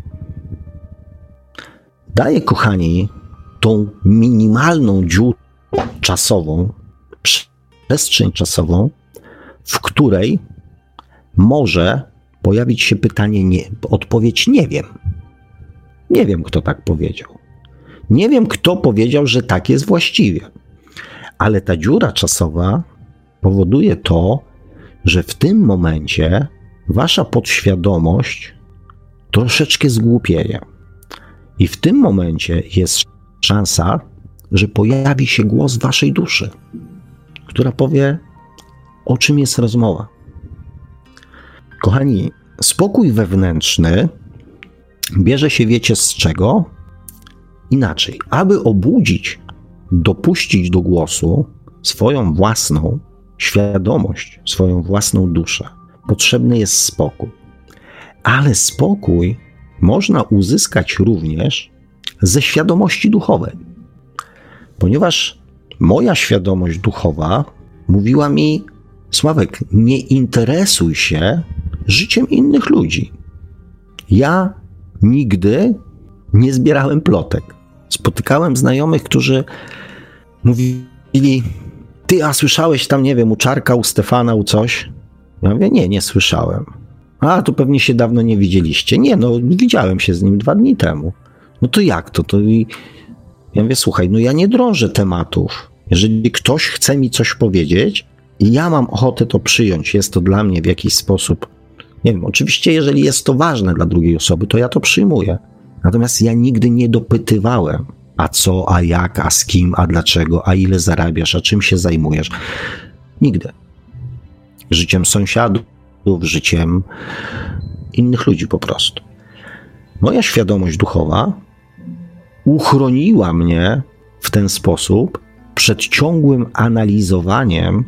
daje, kochani, tą minimalną dziurę czasową, przestrzeń czasową, w której może pojawić się pytanie, nie, odpowiedź nie wiem. Nie wiem, kto tak powiedział. Nie wiem, kto powiedział, że tak jest właściwie. Ale ta dziura czasowa powoduje to, że w tym momencie wasza podświadomość troszeczkę zgłupieje. I w tym momencie jest szansa, że pojawi się głos waszej duszy, która powie, o czym jest rozmowa. Kochani, spokój wewnętrzny bierze się, wiecie z czego? Inaczej. Aby obudzić, dopuścić do głosu swoją własną świadomość, swoją własną duszę, potrzebny jest spokój. Ale spokój można uzyskać również ze świadomości duchowej. Ponieważ moja świadomość duchowa mówiła mi, Sławek, nie interesuj się życiem innych ludzi. Ja nigdy nie zbierałem plotek. Spotykałem znajomych, którzy mówili, ty, a słyszałeś tam, nie wiem, u Czarka, u Stefana, u coś? Ja mówię, nie, nie słyszałem. A, to pewnie się dawno nie widzieliście. Nie, no widziałem się z nim dwa dni temu. No to jak to? To i ja mówię, słuchaj, no ja nie drążę tematów. Jeżeli ktoś chce mi coś powiedzieć i ja mam ochotę to przyjąć, jest to dla mnie w jakiś sposób, nie wiem, oczywiście jeżeli jest to ważne dla drugiej osoby, to ja to przyjmuję. Natomiast ja nigdy nie dopytywałem, a co, a jak, a z kim, a dlaczego, a ile zarabiasz, a czym się zajmujesz. Nigdy. Życiem sąsiadów, życiem innych ludzi po prostu. Moja świadomość duchowa uchroniła mnie w ten sposób przed ciągłym analizowaniem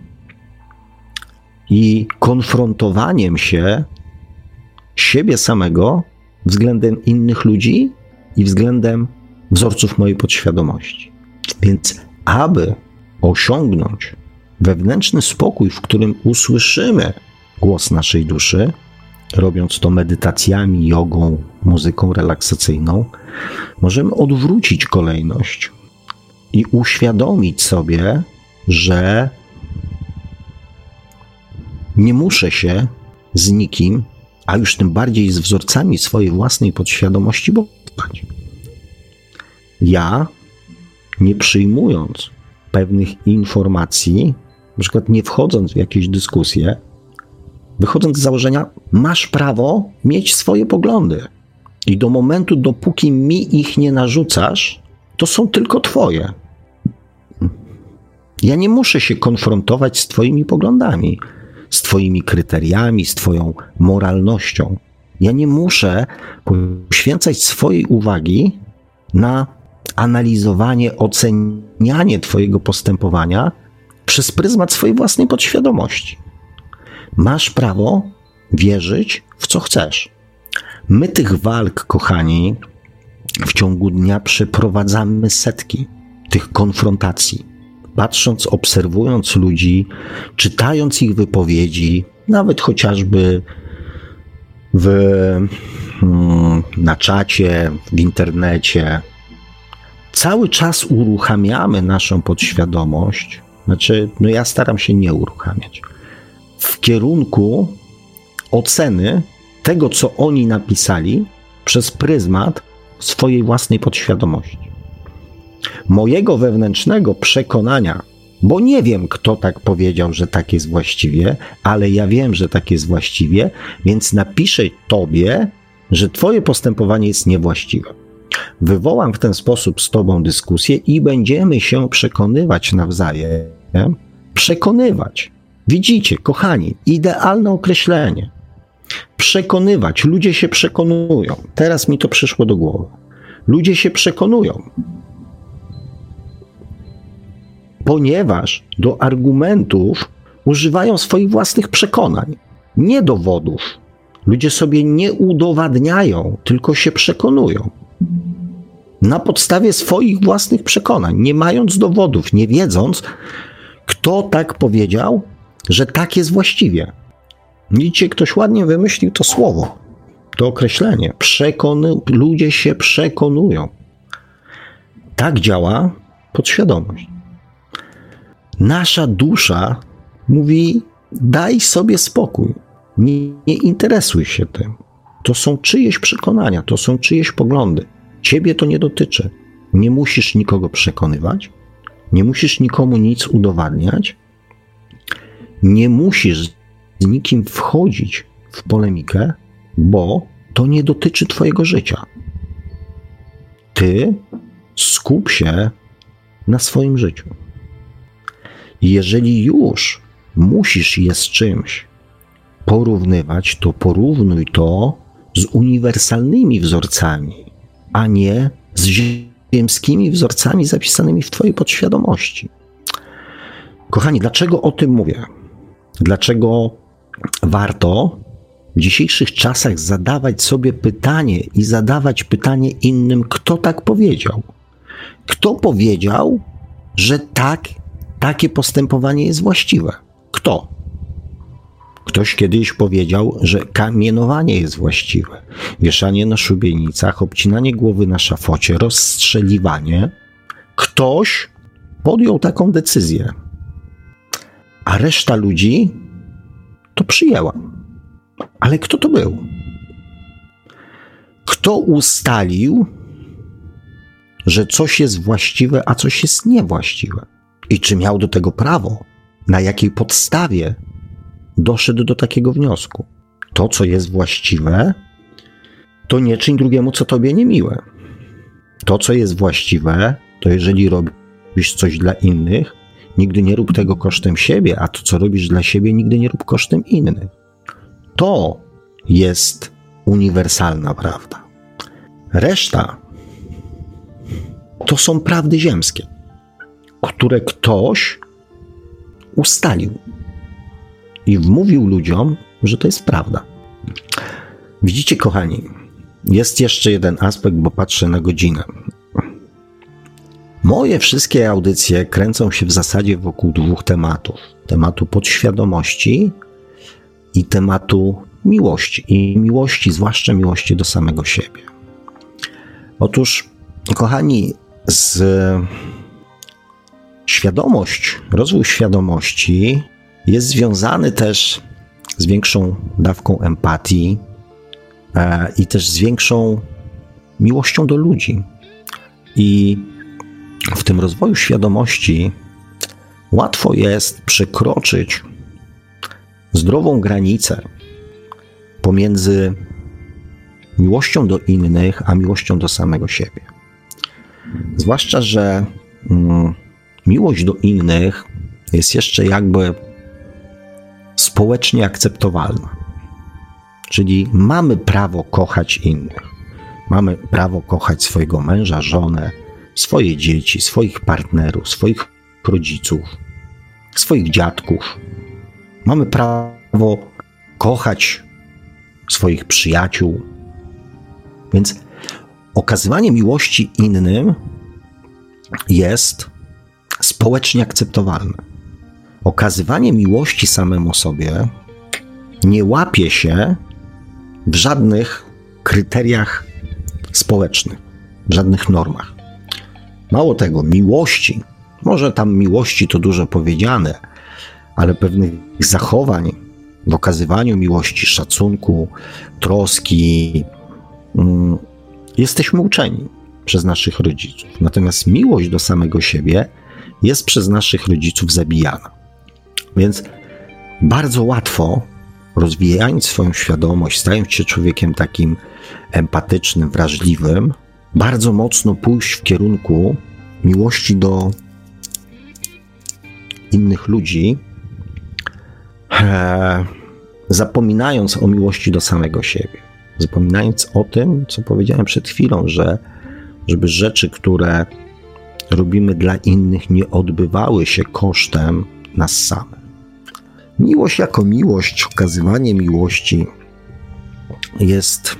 i konfrontowaniem się siebie samego względem innych ludzi i względem wzorców mojej podświadomości. Więc aby osiągnąć wewnętrzny spokój, w którym usłyszymy głos naszej duszy, robiąc to medytacjami, jogą, muzyką relaksacyjną, możemy odwrócić kolejność i uświadomić sobie, że nie muszę się z nikim, a już tym bardziej z wzorcami swojej własnej podświadomości borykać. Ja, nie przyjmując pewnych informacji, na przykład nie wchodząc w jakieś dyskusje, wychodząc z założenia, masz prawo mieć swoje poglądy i do momentu, dopóki mi ich nie narzucasz, to są tylko twoje. Ja nie muszę się konfrontować z twoimi poglądami, z twoimi kryteriami, z twoją moralnością. Ja nie muszę poświęcać swojej uwagi na analizowanie, ocenianie twojego postępowania przez pryzmat swojej własnej podświadomości. Masz prawo wierzyć w co chcesz. My tych walk, kochani, w ciągu dnia przeprowadzamy setki tych konfrontacji. Patrząc, obserwując ludzi, czytając ich wypowiedzi, nawet chociażby w, na czacie, w internecie, cały czas uruchamiamy naszą podświadomość. Znaczy, no ja staram się nie uruchamiać. W kierunku oceny tego, co oni napisali, przez pryzmat swojej własnej podświadomości. Mojego wewnętrznego przekonania, bo nie wiem, kto tak powiedział, że tak jest właściwie, ale ja wiem, że tak jest właściwie, więc napiszę tobie, że twoje postępowanie jest niewłaściwe. Wywołam w ten sposób z tobą dyskusję i będziemy się przekonywać nawzajem. Przekonywać. Widzicie, kochani, idealne określenie. Przekonywać. Ludzie się przekonują. Teraz mi to przyszło do głowy. Ludzie się przekonują. Ponieważ do argumentów używają swoich własnych przekonań, nie dowodów. Ludzie sobie nie udowadniają, tylko się przekonują. Na podstawie swoich własnych przekonań, nie mając dowodów, nie wiedząc, kto tak powiedział, że tak jest właściwie. Widzicie, ktoś ładnie wymyślił to słowo, to określenie. Przekony, ludzie się przekonują. Tak działa podświadomość. Nasza dusza mówi, daj sobie spokój, nie, nie interesuj się tym. To są czyjeś przekonania, to są czyjeś poglądy. Ciebie to nie dotyczy. Nie musisz nikogo przekonywać, nie musisz nikomu nic udowadniać, nie musisz z nikim wchodzić w polemikę, bo to nie dotyczy twojego życia. Ty skup się na swoim życiu. Jeżeli już musisz je z czymś porównywać, to porównuj to z uniwersalnymi wzorcami, a nie z ziemskimi wzorcami zapisanymi w twojej podświadomości. Kochani, dlaczego o tym mówię? Dlaczego warto w dzisiejszych czasach zadawać sobie pytanie i zadawać pytanie innym, kto tak powiedział? Kto powiedział, że tak, takie postępowanie jest właściwe? Kto? Ktoś kiedyś powiedział, że kamienowanie jest właściwe. Wieszanie na szubienicach, obcinanie głowy na szafocie, rozstrzeliwanie. Ktoś podjął taką decyzję, a reszta ludzi to przyjęła. Ale kto to był? Kto ustalił, że coś jest właściwe, a coś jest niewłaściwe? I czy miał do tego prawo? Na jakiej podstawie doszedł do takiego wniosku? To, co jest właściwe, to nie czyń drugiemu, co tobie niemiłe. To, co jest właściwe, to jeżeli robisz coś dla innych, nigdy nie rób tego kosztem siebie, a to, co robisz dla siebie, nigdy nie rób kosztem innych. To jest uniwersalna prawda. Reszta to są prawdy ziemskie, które ktoś ustalił i wmówił ludziom, że to jest prawda. Widzicie, kochani, jest jeszcze jeden aspekt, bo patrzę na godzinę. Moje wszystkie audycje kręcą się w zasadzie wokół dwóch tematów. Tematu podświadomości i tematu miłości. I miłości, zwłaszcza miłości do samego siebie. Otóż, kochani, z świadomość, rozwój świadomości jest związany też z większą dawką empatii e, i też z większą miłością do ludzi. I w tym rozwoju świadomości łatwo jest przekroczyć zdrową granicę pomiędzy miłością do innych, a miłością do samego siebie. Zwłaszcza, że mm, miłość do innych jest jeszcze jakby społecznie akceptowalna. Czyli mamy prawo kochać innych. Mamy prawo kochać swojego męża, żonę, swoje dzieci, swoich partnerów, swoich rodziców, swoich dziadków. Mamy prawo kochać swoich przyjaciół. Więc okazywanie miłości innym jest społecznie akceptowalne. Okazywanie miłości samemu sobie nie łapie się w żadnych kryteriach społecznych, w żadnych normach. Mało tego, miłości, może tam miłości to dużo powiedziane, ale pewnych zachowań w okazywaniu miłości, szacunku, troski mm, jesteśmy uczeni przez naszych rodziców. Natomiast miłość do samego siebie jest przez naszych rodziców zabijana. Więc bardzo łatwo, rozwijając swoją świadomość, stając się człowiekiem takim empatycznym, wrażliwym, bardzo mocno pójść w kierunku miłości do innych ludzi, e, zapominając o miłości do samego siebie. Zapominając o tym, co powiedziałem przed chwilą, że żeby rzeczy, które robimy dla innych, nie odbywały się kosztem nas samych. Miłość jako miłość, okazywanie miłości jest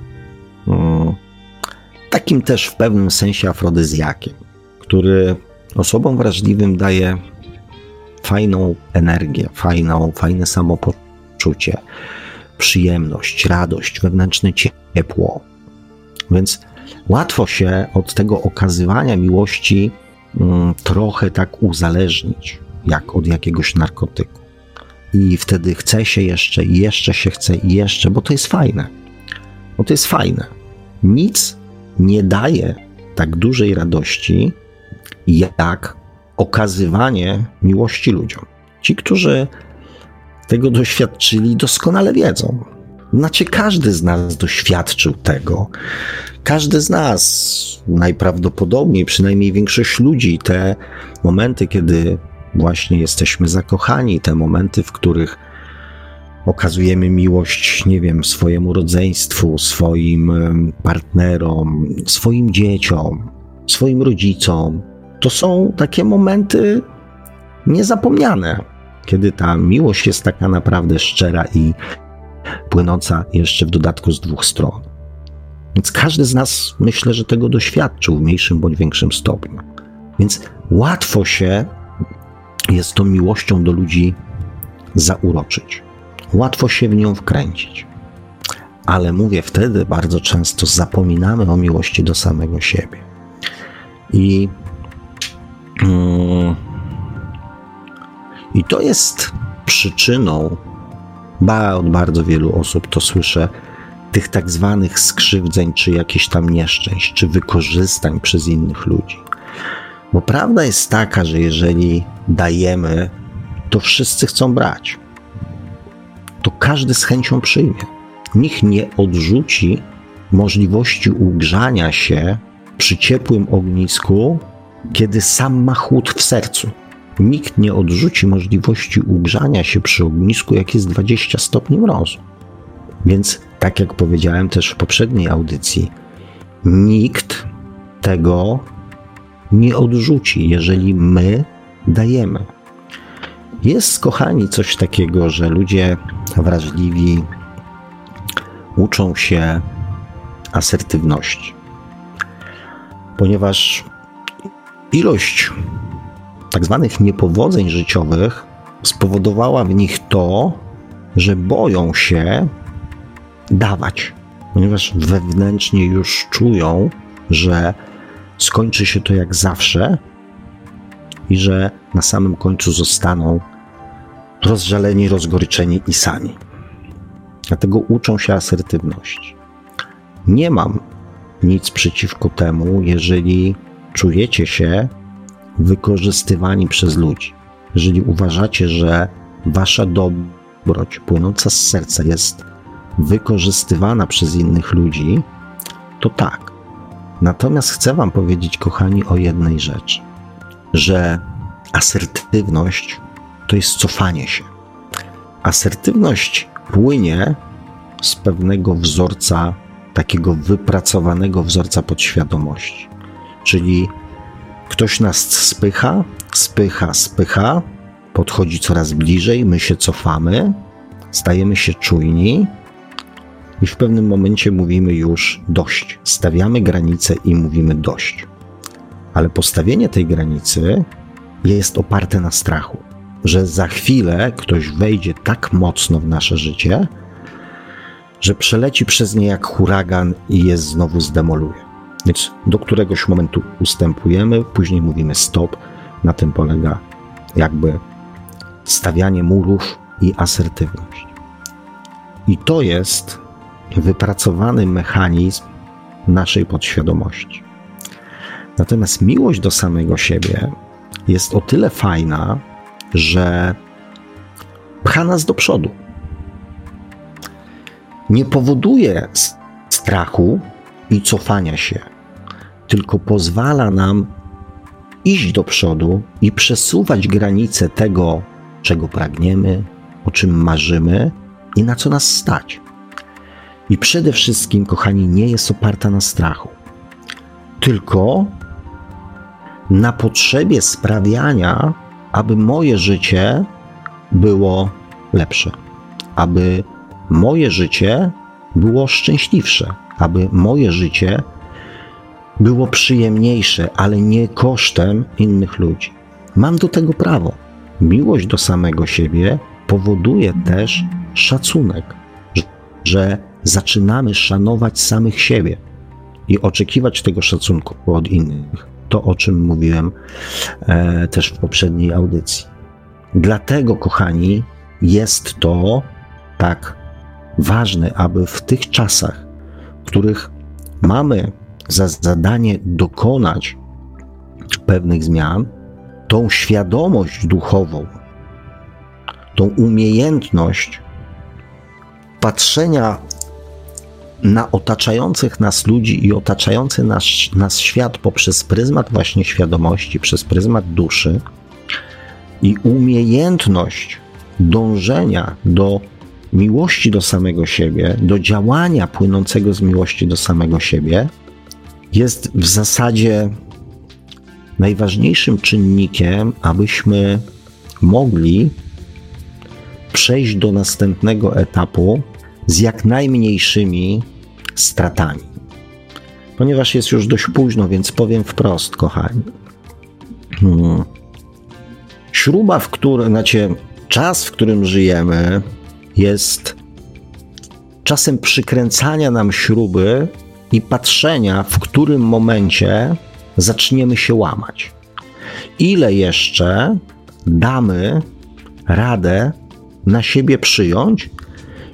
um, takim też w pewnym sensie afrodyzjakiem, który osobom wrażliwym daje fajną energię, fajną, fajne samopoczucie, przyjemność, radość, wewnętrzne ciepło. Więc łatwo się od tego okazywania miłości um, trochę tak uzależnić, jak od jakiegoś narkotyku. I wtedy chce się jeszcze, i jeszcze się chce, i jeszcze, bo to jest fajne. Bo to jest fajne. Nic nie daje tak dużej radości, jak okazywanie miłości ludziom. Ci, którzy tego doświadczyli, doskonale wiedzą. Znaczy, każdy z nas doświadczył tego. Każdy z nas, najprawdopodobniej, przynajmniej większość ludzi, te momenty, kiedy właśnie jesteśmy zakochani, te momenty, w których okazujemy miłość, nie wiem, swojemu rodzeństwu, swoim partnerom, swoim dzieciom, swoim rodzicom. To są takie momenty niezapomniane, kiedy ta miłość jest taka naprawdę szczera i płynąca jeszcze w dodatku z dwóch stron. Więc każdy z nas, myślę, że tego doświadczył w mniejszym bądź większym stopniu. Więc łatwo się jest tą miłością do ludzi zauroczyć. Łatwo się w nią wkręcić. Ale mówię, wtedy bardzo często zapominamy o miłości do samego siebie. I, mm, i to jest przyczyną ba, od bardzo wielu osób to słyszę, tych tak zwanych skrzywdzeń, czy jakichś tam nieszczęść, czy wykorzystań przez innych ludzi. Bo prawda jest taka, że jeżeli dajemy, to wszyscy chcą brać. To każdy z chęcią przyjmie. Nikt nie odrzuci możliwości ugrzania się przy ciepłym ognisku, kiedy sam ma chłód w sercu. Nikt nie odrzuci możliwości ugrzania się przy ognisku, jak jest dwadzieścia stopni mrozu. Więc, tak jak powiedziałem też w poprzedniej audycji, nikt tego nie odrzuci, jeżeli my dajemy. Jest, kochani, coś takiego, że ludzie wrażliwi uczą się asertywności, ponieważ ilość tak zwanych niepowodzeń życiowych spowodowała w nich to, że boją się dawać, ponieważ wewnętrznie już czują, że skończy się to jak zawsze i że na samym końcu zostaną rozżaleni, rozgoryczeni i sami. Dlatego uczą się asertywności. Nie mam nic przeciwko temu, jeżeli czujecie się wykorzystywani przez ludzi. Jeżeli uważacie, że wasza dobroć płynąca z serca jest wykorzystywana przez innych ludzi, to tak. Natomiast chcę wam powiedzieć, kochani, o jednej rzeczy, że asertywność to jest cofanie się. Asertywność płynie z pewnego wzorca, takiego wypracowanego wzorca podświadomości. Czyli ktoś nas spycha, spycha, spycha, podchodzi coraz bliżej, my się cofamy, stajemy się czujni i w pewnym momencie mówimy już dość. Stawiamy granicę i mówimy dość. Ale postawienie tej granicy jest oparte na strachu, że za chwilę ktoś wejdzie tak mocno w nasze życie, że przeleci przez nie jak huragan i je znowu zdemoluje. Więc do któregoś momentu ustępujemy, później mówimy stop. Na tym polega jakby stawianie murów i asertywność. I to jest wypracowany mechanizm naszej podświadomości. Natomiast miłość do samego siebie jest o tyle fajna, że pcha nas do przodu. Nie powoduje strachu i cofania się, tylko pozwala nam iść do przodu i przesuwać granice tego, czego pragniemy, o czym marzymy i na co nas stać. I przede wszystkim, kochani, nie jest oparta na strachu, tylko na potrzebie sprawiania, aby moje życie było lepsze, aby moje życie było szczęśliwsze, aby moje życie było przyjemniejsze, ale nie kosztem innych ludzi. Mam do tego prawo. Miłość do samego siebie powoduje też szacunek, że zaczynamy szanować samych siebie i oczekiwać tego szacunku od innych. To, o czym mówiłem e, też w poprzedniej audycji. Dlatego, kochani, jest to tak ważne, aby w tych czasach, w których mamy za zadanie dokonać pewnych zmian, tą świadomość duchową, tą umiejętność patrzenia na otaczających nas ludzi i otaczający nas, nas świat poprzez pryzmat właśnie świadomości, przez pryzmat duszy i umiejętność dążenia do miłości do samego siebie, do działania płynącego z miłości do samego siebie, jest w zasadzie najważniejszym czynnikiem, abyśmy mogli przejść do następnego etapu z jak najmniejszymi stratami. Ponieważ jest już dość późno, więc powiem wprost, kochani. Hmm. Śruba, w którym, znaczy czas, w którym żyjemy, jest czasem przykręcania nam śruby i patrzenia, w którym momencie zaczniemy się łamać. Ile jeszcze damy radę na siebie przyjąć,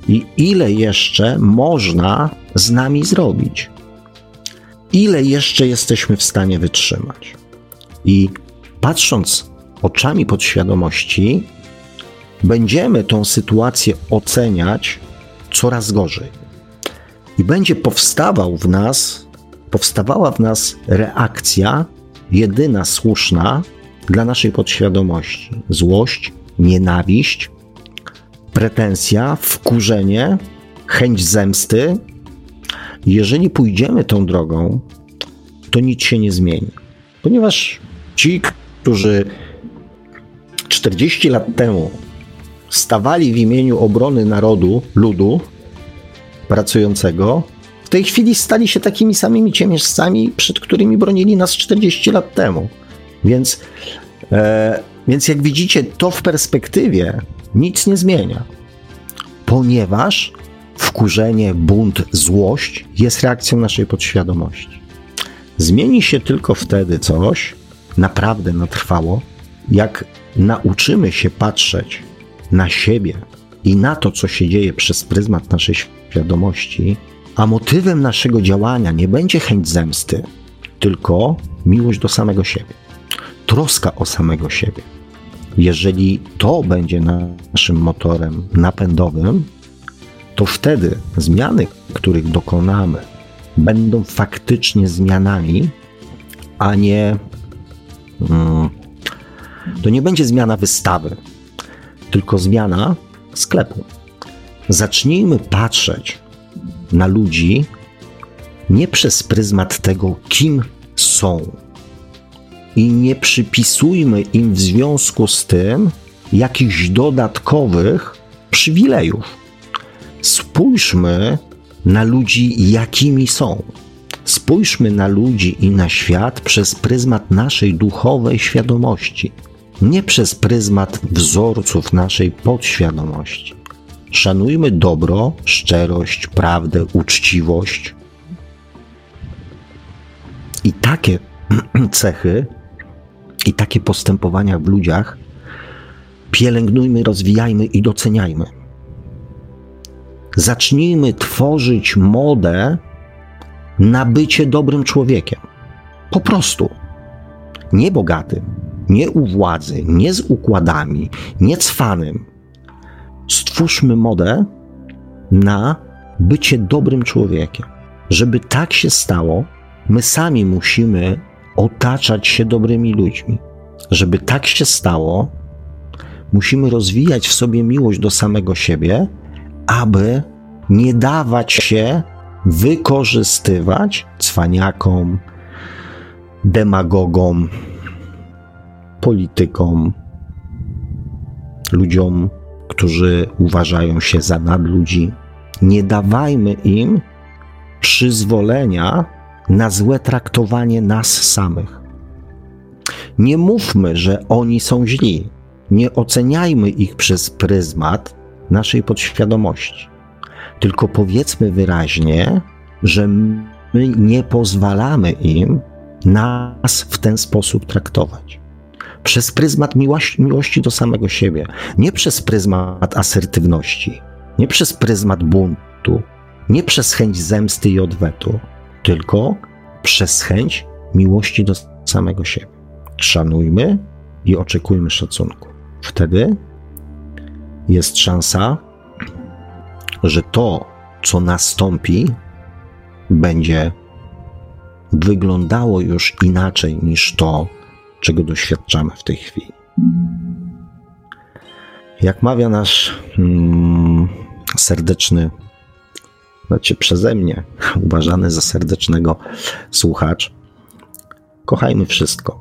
i ile jeszcze można z nami zrobić. Ile jeszcze jesteśmy w stanie wytrzymać. I patrząc oczami podświadomości, będziemy tą sytuację oceniać coraz gorzej. I będzie powstawał w nas, powstawała w nas reakcja jedyna słuszna dla naszej podświadomości. Złość, nienawiść, pretensja, wkurzenie, chęć zemsty. Jeżeli pójdziemy tą drogą, to nic się nie zmieni. Ponieważ ci, którzy czterdzieści lat temu stawali w imieniu obrony narodu, ludu pracującego, w tej chwili stali się takimi samymi ciemiężcami, przed którymi bronili nas czterdzieści lat temu. Więc, e, więc jak widzicie, to w perspektywie nic nie zmienia. Ponieważ wkurzenie, bunt, złość jest reakcją naszej podświadomości. Zmieni się tylko wtedy coś, naprawdę na trwało, jak nauczymy się patrzeć na siebie i na to, co się dzieje przez pryzmat naszej świadomości, a motywem naszego działania nie będzie chęć zemsty, tylko miłość do samego siebie, troska o samego siebie. Jeżeli to będzie naszym motorem napędowym, to wtedy zmiany, których dokonamy, będą faktycznie zmianami, a nie... Hmm, to nie będzie zmiana wystawy, tylko zmiana sklepu. Zacznijmy patrzeć na ludzi nie przez pryzmat tego, kim są, i nie przypisujmy im w związku z tym jakichś dodatkowych przywilejów. Spójrzmy na ludzi, jakimi są. Spójrzmy na ludzi i na świat przez pryzmat naszej duchowej świadomości, nie przez pryzmat wzorców naszej podświadomości. Szanujmy dobro, szczerość, prawdę, uczciwość. I takie cechy i takie postępowania w ludziach pielęgnujmy, rozwijajmy i doceniajmy. Zacznijmy tworzyć modę na bycie dobrym człowiekiem. Po prostu. Nie bogatym, nie u władzy, nie z układami, nie cwanym. Stwórzmy modę na bycie dobrym człowiekiem. Żeby tak się stało, my sami musimy otaczać się dobrymi ludźmi. Żeby tak się stało, musimy rozwijać w sobie miłość do samego siebie, aby nie dawać się wykorzystywać cwaniakom, demagogom, politykom, ludziom, którzy uważają się za nadludzi. Nie dawajmy im przyzwolenia na złe traktowanie nas samych. Nie mówmy, że oni są źli. Nie oceniajmy ich przez pryzmat naszej podświadomości. Tylko powiedzmy wyraźnie, że my nie pozwalamy im nas w ten sposób traktować. Przez pryzmat miłości, miłości do samego siebie. Nie przez pryzmat asertywności. Nie przez pryzmat buntu. Nie przez chęć zemsty i odwetu. Tylko przez chęć miłości do samego siebie. Szanujmy i oczekujmy szacunku. Wtedy jest szansa, że to, co nastąpi, będzie wyglądało już inaczej niż to, czego doświadczamy w tej chwili. Jak mawia nasz mm, serdeczny, znaczy przeze mnie uważany za serdecznego słuchacz, kochajmy wszystko.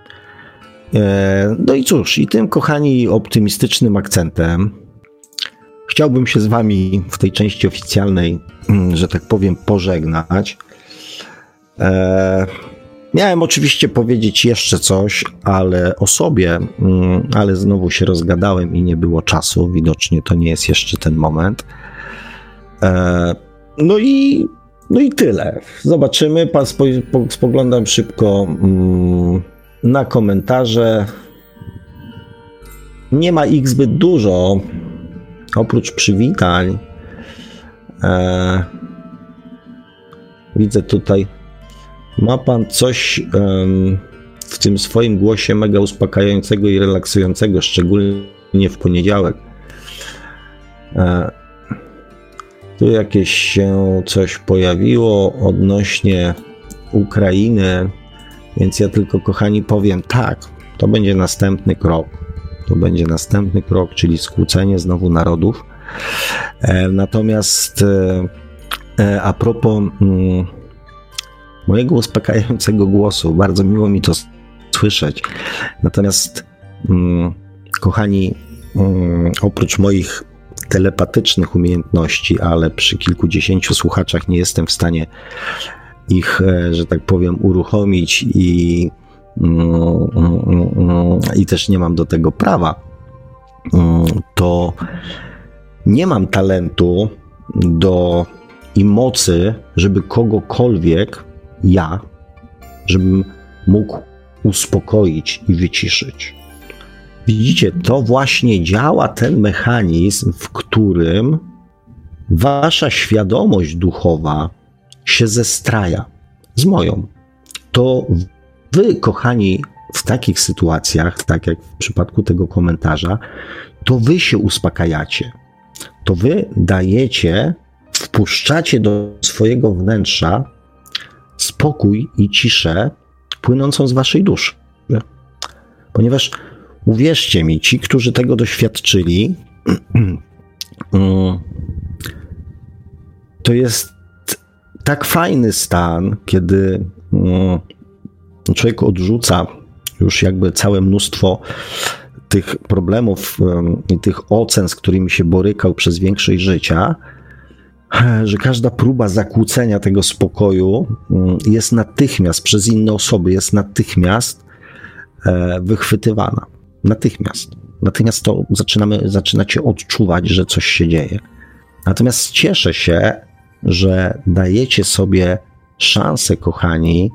E, no i cóż, i tym, kochani, optymistycznym akcentem chciałbym się z wami w tej części oficjalnej, że tak powiem, pożegnać. E, miałem oczywiście powiedzieć jeszcze coś, ale o sobie, ale znowu się rozgadałem i nie było czasu. Widocznie to nie jest jeszcze ten moment. E, no i no i tyle. Zobaczymy. Spoglądam szybko mm, na komentarze. Nie ma ich zbyt dużo. Oprócz przywitań, E, widzę tutaj, ma pan coś um, w tym swoim głosie mega uspokajającego i relaksującego, szczególnie w poniedziałek. E, tu jakieś się coś pojawiło odnośnie Ukrainy, więc ja tylko, kochani, powiem tak, to będzie następny krok. To będzie następny krok, czyli skłócenie znowu narodów. E, natomiast e, e, a propos mm, mojego uspokajającego głosu, bardzo miło mi to słyszeć. Natomiast mm, kochani, mm, oprócz moich telepatycznych umiejętności, ale przy kilkudziesięciu słuchaczach nie jestem w stanie ich, że tak powiem, uruchomić i, i też nie mam do tego prawa, to nie mam talentu do i mocy, żeby kogokolwiek, ja, żebym mógł uspokoić i wyciszyć. Widzicie, to właśnie działa ten mechanizm, w którym wasza świadomość duchowa się zestraja z moją. To wy, kochani, w takich sytuacjach, tak jak w przypadku tego komentarza, to wy się uspokajacie. To wy dajecie, wpuszczacie do swojego wnętrza spokój i ciszę płynącą z waszej duszy. Ponieważ uwierzcie mi, ci, którzy tego doświadczyli, to jest tak fajny stan, kiedy człowiek odrzuca już jakby całe mnóstwo tych problemów i tych ocen, z którymi się borykał przez większość życia, że każda próba zakłócenia tego spokoju jest natychmiast przez inne osoby, jest natychmiast wychwytywana. Natychmiast. Natychmiast to zaczynamy, zaczynacie odczuwać, że coś się dzieje. Natomiast cieszę się, że dajecie sobie szansę, kochani,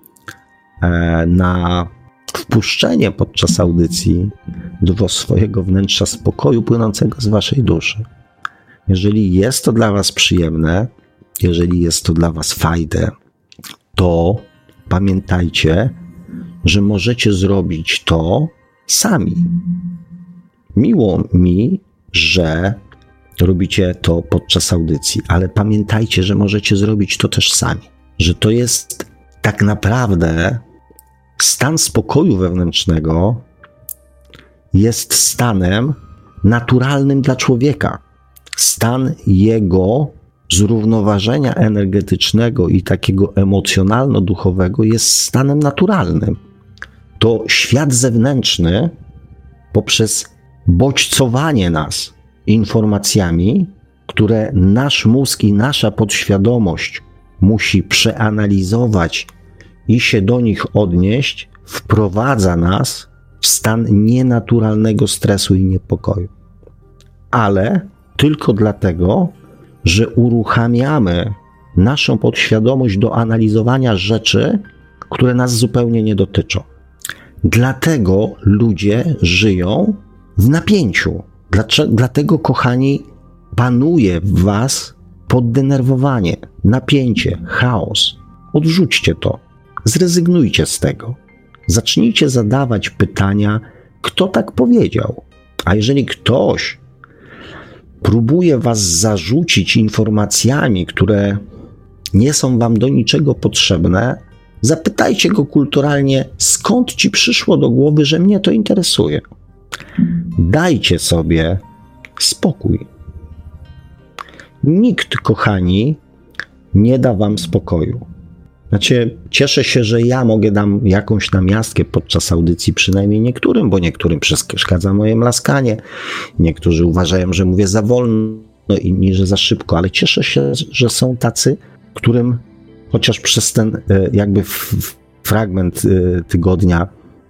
na wpuszczenie podczas audycji do swojego wnętrza spokoju płynącego z waszej duszy. Jeżeli jest to dla was przyjemne, jeżeli jest to dla was fajne, to pamiętajcie, że możecie zrobić to sami. Miło mi, że robicie to podczas audycji, ale pamiętajcie, że możecie zrobić to też sami. Że to jest tak naprawdę stan spokoju wewnętrznego, jest stanem naturalnym dla człowieka. Stan jego zrównoważenia energetycznego i takiego emocjonalno-duchowego jest stanem naturalnym. To świat zewnętrzny poprzez bodźcowanie nas informacjami, które nasz mózg i nasza podświadomość musi przeanalizować i się do nich odnieść, wprowadza nas w stan nienaturalnego stresu i niepokoju. Ale tylko dlatego, że uruchamiamy naszą podświadomość do analizowania rzeczy, które nas zupełnie nie dotyczą. Dlatego ludzie żyją w napięciu. Dlaczego, dlatego, kochani, panuje w was poddenerwowanie, napięcie, chaos. Odrzućcie to. Zrezygnujcie z tego. Zacznijcie zadawać pytania, kto tak powiedział. A jeżeli ktoś próbuje was zarzucić informacjami, które nie są wam do niczego potrzebne, zapytajcie go kulturalnie, skąd ci przyszło do głowy, że mnie to interesuje. Dajcie sobie spokój. Nikt, kochani, nie da wam spokoju. Znaczy, cieszę się, że ja mogę dam jakąś namiastkę podczas audycji, przynajmniej niektórym, bo niektórym przeszkadza moje mlaskanie. Niektórzy uważają, że mówię za wolno, inni, że za szybko, ale cieszę się, że są tacy, którym chociaż przez ten jakby fragment tygodnia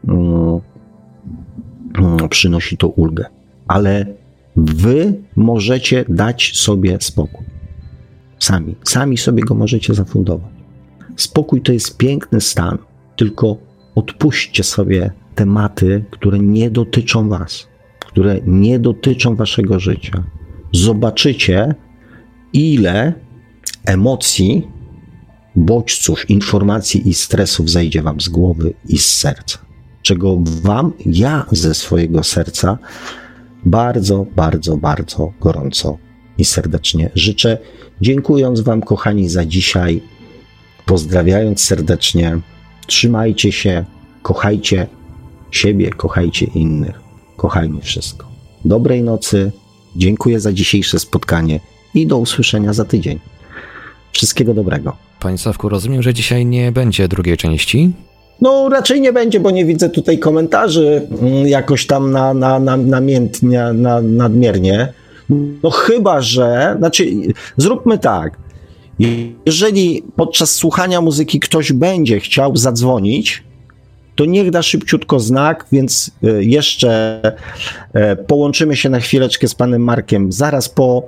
przynosi to ulgę. Ale wy możecie dać sobie spokój. Sami. Sami sobie go możecie zafundować. Spokój to jest piękny stan, tylko odpuśćcie sobie tematy, które nie dotyczą was, które nie dotyczą waszego życia. Zobaczycie ile emocji, bodźców, informacji i stresów zejdzie wam z głowy i z serca. Czego wam ja ze swojego serca bardzo, bardzo, bardzo gorąco i serdecznie życzę. Dziękując wam, kochani, za dzisiaj, pozdrawiając serdecznie, trzymajcie się, kochajcie siebie, kochajcie innych, kochajmy wszystko. Dobrej nocy, dziękuję za dzisiejsze spotkanie i do usłyszenia za tydzień. Wszystkiego dobrego. Panie Sławku, rozumiem, że dzisiaj nie będzie drugiej części? No raczej nie będzie, bo nie widzę tutaj komentarzy jakoś tam na, na, na, namiętnie, na, nadmiernie. No chyba, że... Znaczy, zróbmy tak. Jeżeli podczas słuchania muzyki ktoś będzie chciał zadzwonić, to niech da szybciutko znak, więc jeszcze połączymy się na chwileczkę z panem Markiem zaraz po,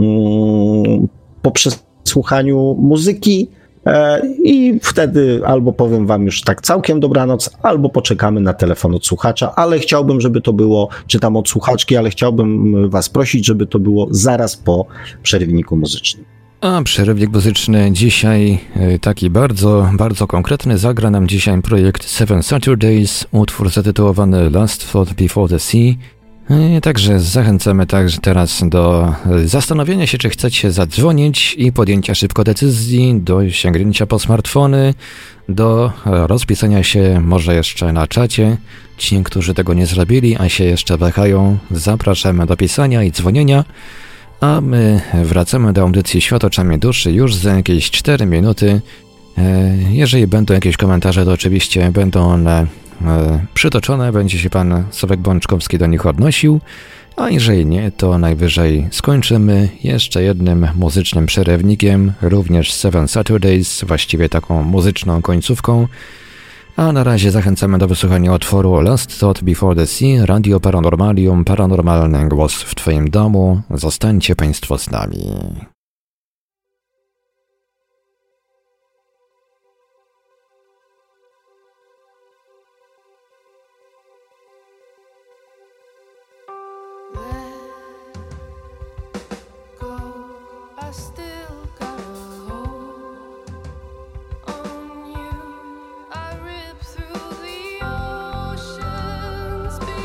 po przesłuchaniu muzyki i wtedy albo powiem wam już tak całkiem dobranoc, albo poczekamy na telefon od słuchacza, ale chciałbym, żeby to było, czy tam od słuchaczki, ale chciałbym was prosić, żeby to było zaraz po przerwniku muzycznym. A przerywnik muzyczny dzisiaj taki bardzo, bardzo konkretny. Zagra nam dzisiaj projekt Seven Saturdays, utwór zatytułowany Last Thought Before the Sea. Także zachęcamy także teraz do zastanowienia się, czy chcecie zadzwonić i podjęcia szybko decyzji, do sięgnięcia po smartfony, do rozpisania się może jeszcze na czacie. Ci, którzy tego nie zrobili, a się jeszcze wahają, zapraszamy do pisania i dzwonienia. A my wracamy do audycji Świat oczami duszy już za jakieś cztery minuty. Jeżeli będą jakieś komentarze, to oczywiście będą one przytoczone, będzie się pan Sławek Bączkowski do nich odnosił, a jeżeli nie, to najwyżej skończymy jeszcze jednym muzycznym przerywnikiem, również Seven Saturdays, właściwie taką muzyczną końcówką. A na razie zachęcamy do wysłuchania utworu Last Thought Before the Sea, Radio Paranormalium, paranormalny głos w twoim domu. Zostańcie państwo z nami.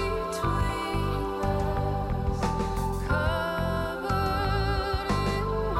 Covered in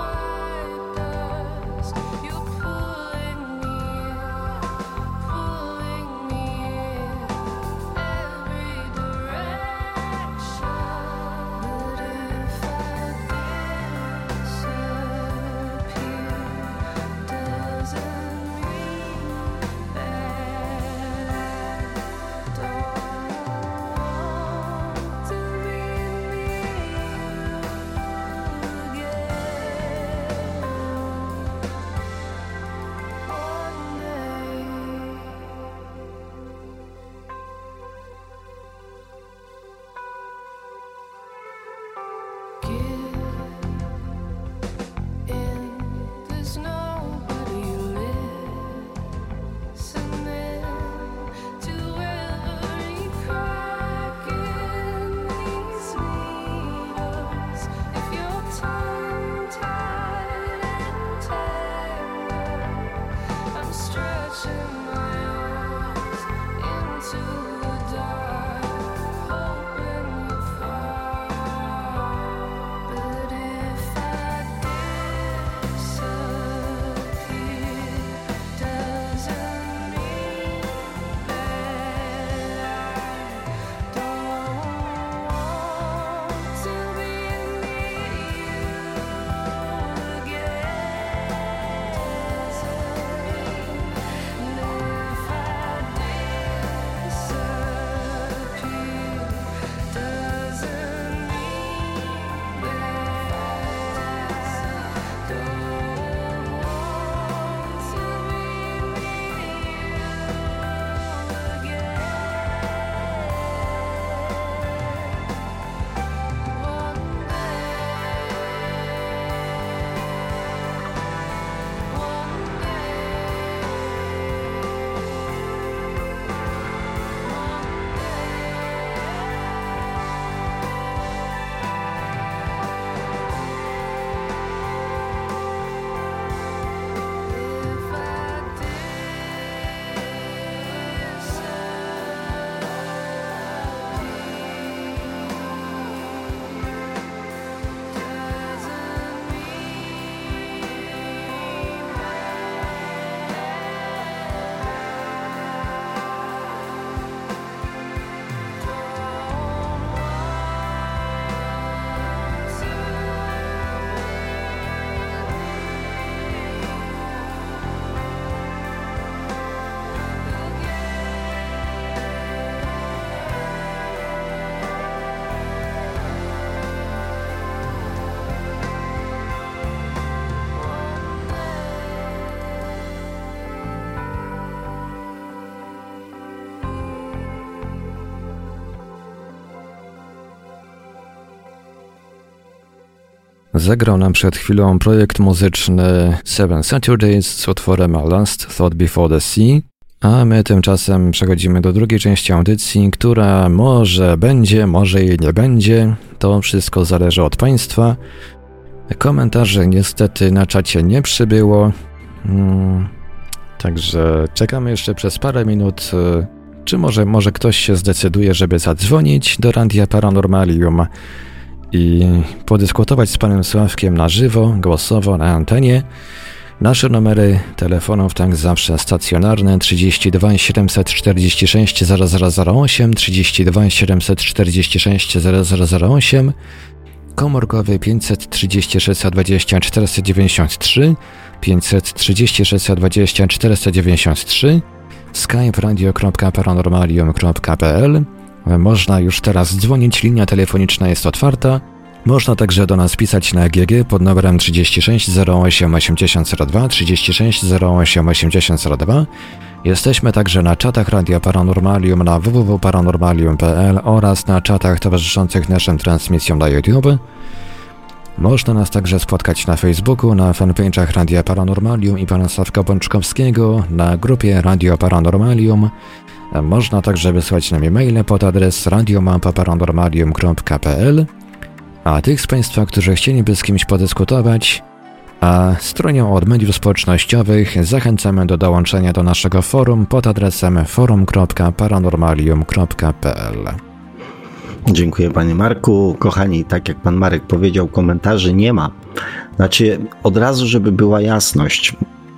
Zagrał nam przed chwilą projekt muzyczny Seven Saturdays z utworem A Last Thought Before the Sea, a my tymczasem przechodzimy do drugiej części audycji, która może będzie, może jej nie będzie. To wszystko zależy od Państwa. Komentarzy niestety na czacie nie przybyło, hmm, także czekamy jeszcze przez parę minut. Czy może, może ktoś się zdecyduje, żeby zadzwonić do Radia Paranormalium i podyskutować z panem Sławkiem na żywo, głosowo na antenie. Nasze numery telefonów, tak zawsze stacjonarne: trzydzieści dwa siedemset czterdzieści sześć zero zero zero osiem, trzydzieści dwa siedemset czterdzieści sześć zero zero zero osiem, komórkowy pięćset trzydzieści sześć dwadzieścia czterysta dziewięćdziesiąt trzy, pięćset trzydzieści sześć dwadzieścia czterysta dziewięćdziesiąt trzy, skype radio kropka paranormalium kropka p l. Można już teraz dzwonić, linia telefoniczna jest otwarta. Można także do nas pisać na G G pod numerem trzydzieści sześć zero osiem osiemdziesiąt zero dwa, trzydzieści sześć zero osiem osiemdziesiąt zero dwa. Jesteśmy także na czatach Radia Paranormalium na w w w kropka paranormalium kropka p l oraz na czatach towarzyszących naszym transmisjom na YouTube. Można nas także spotkać na Facebooku, na fanpage'ach Radia Paranormalium i pana Sławka Bączkowskiego, na grupie Radio Paranormalium. Można także wysłać nam e-maile pod adres radio małpa paranormalium kropka p l. A tych z Państwa, którzy chcieliby z kimś podyskutować, a stronią od mediów społecznościowych, zachęcamy do dołączenia do naszego forum pod adresem forum kropka paranormalium kropka p l. Dziękuję panie Marku. Kochani, tak jak pan Marek powiedział, komentarzy nie ma. Znaczy, od razu, żeby była jasność,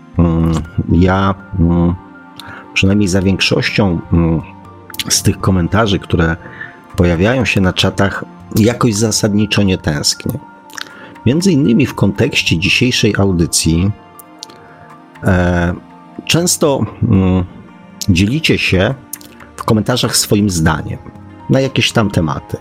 ja przynajmniej za większością z tych komentarzy, które pojawiają się na czatach, jakoś zasadniczo nie tęsknię. Między innymi w kontekście dzisiejszej audycji e, często mm, dzielicie się w komentarzach swoim zdaniem na jakieś tam tematy.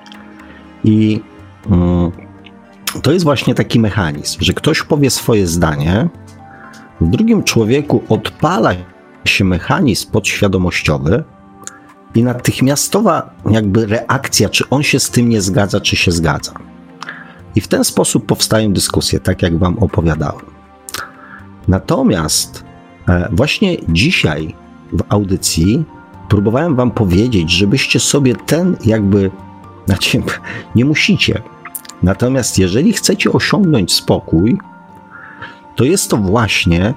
I mm, to jest właśnie taki mechanizm, że ktoś powie swoje zdanie, w drugim człowieku odpala się mechanizm podświadomościowy i natychmiastowa jakby reakcja, czy on się z tym nie zgadza, czy się zgadza. I w ten sposób powstają dyskusje, tak jak wam opowiadałem. Natomiast e, właśnie dzisiaj w audycji próbowałem wam powiedzieć, żebyście sobie ten jakby, znaczy nie musicie, natomiast jeżeli chcecie osiągnąć spokój, to jest to właśnie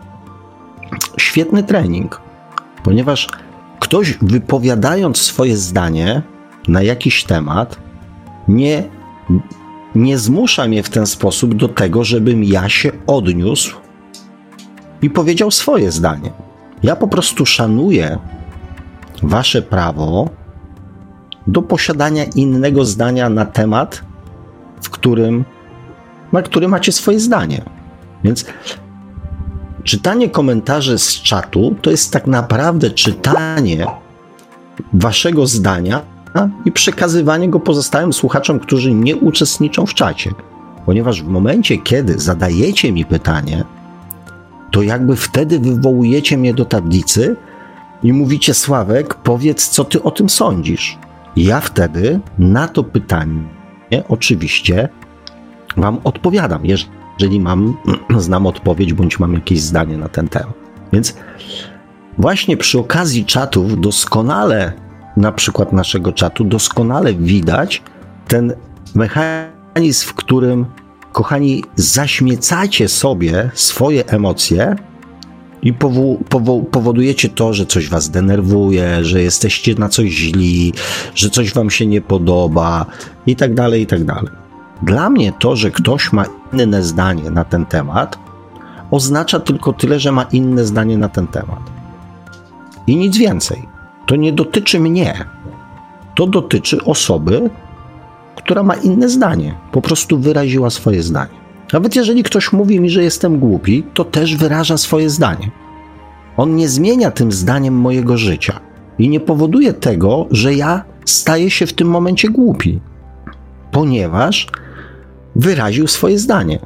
świetny trening, ponieważ ktoś, wypowiadając swoje zdanie na jakiś temat, nie, nie zmusza mnie w ten sposób do tego, żebym ja się odniósł i powiedział swoje zdanie. Ja po prostu szanuję wasze prawo do posiadania innego zdania na temat, w którym, na który macie swoje zdanie. Więc czytanie komentarzy z czatu to jest tak naprawdę czytanie waszego zdania i przekazywanie go pozostałym słuchaczom, którzy nie uczestniczą w czacie. Ponieważ w momencie, kiedy zadajecie mi pytanie, to jakby wtedy wywołujecie mnie do tablicy i mówicie: Sławek, powiedz, co ty o tym sądzisz. Ja wtedy na to pytanie oczywiście wam odpowiadam, jeżeli mam, znam odpowiedź, bądź mam jakieś zdanie na ten temat. Więc właśnie przy okazji czatów doskonale, na przykład naszego czatu, doskonale widać ten mechanizm, w którym, kochani, zaśmiecacie sobie swoje emocje i powo- powo- powodujecie to, że coś was denerwuje, że jesteście na coś źli, że coś wam się nie podoba i tak dalej, i tak dalej. Dla mnie to, że ktoś ma inne zdanie na ten temat, oznacza tylko tyle, że ma inne zdanie na ten temat. I nic więcej. To nie dotyczy mnie. To dotyczy osoby, która ma inne zdanie. Po prostu wyraziła swoje zdanie. Nawet jeżeli ktoś mówi mi, że jestem głupi, to też wyraża swoje zdanie. On nie zmienia tym zdaniem mojego życia i nie powoduje tego, że ja staję się w tym momencie głupi, ponieważ wyraził swoje zdanie.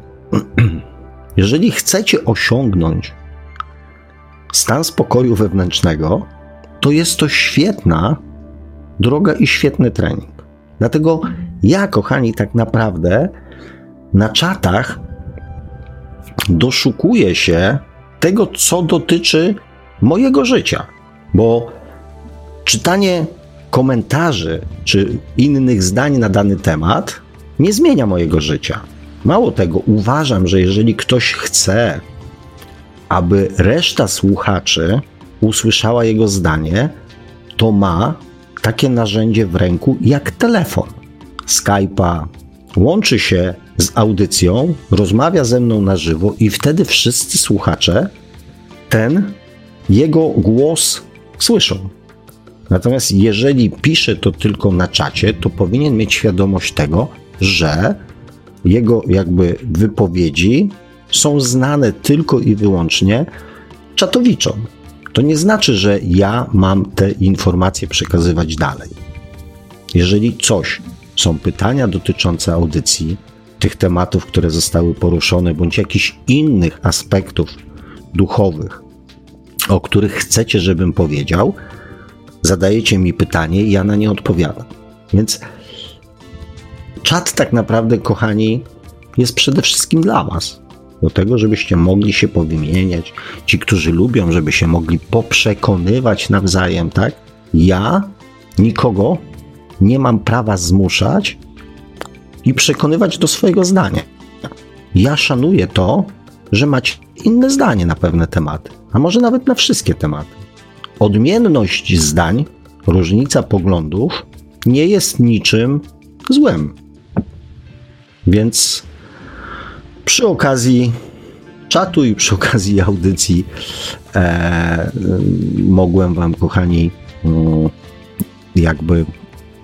Jeżeli chcecie osiągnąć stan spokoju wewnętrznego, to jest to świetna droga i świetny trening. Dlatego ja, kochani, tak naprawdę na czatach doszukuję się tego, co dotyczy mojego życia, bo czytanie komentarzy czy innych zdań na dany temat nie zmienia mojego życia. Mało tego, uważam, że jeżeli ktoś chce, aby reszta słuchaczy usłyszała jego zdanie, to ma takie narzędzie w ręku jak telefon, Skype'a, łączy się z audycją, rozmawia ze mną na żywo i wtedy wszyscy słuchacze ten jego głos słyszą. Natomiast jeżeli pisze to tylko na czacie, to powinien mieć świadomość tego, że jego jakby wypowiedzi są znane tylko i wyłącznie czatowiczom. To nie znaczy, że ja mam te informacje przekazywać dalej. Jeżeli coś, są pytania dotyczące audycji, tych tematów, które zostały poruszone, bądź jakichś innych aspektów duchowych, o których chcecie, żebym powiedział, zadajecie mi pytanie i ja na nie odpowiadam. Więc czat tak naprawdę, kochani, jest przede wszystkim dla was. Do tego, żebyście mogli się powymieniać. Ci, którzy lubią, żeby się mogli poprzekonywać nawzajem, tak? Ja nikogo nie mam prawa zmuszać i przekonywać do swojego zdania. Ja szanuję to, że macie inne zdanie na pewne tematy, a może nawet na wszystkie tematy. Odmienność zdań, różnica poglądów nie jest niczym złym. Więc przy okazji czatu i przy okazji audycji e, mogłem wam, kochani, jakby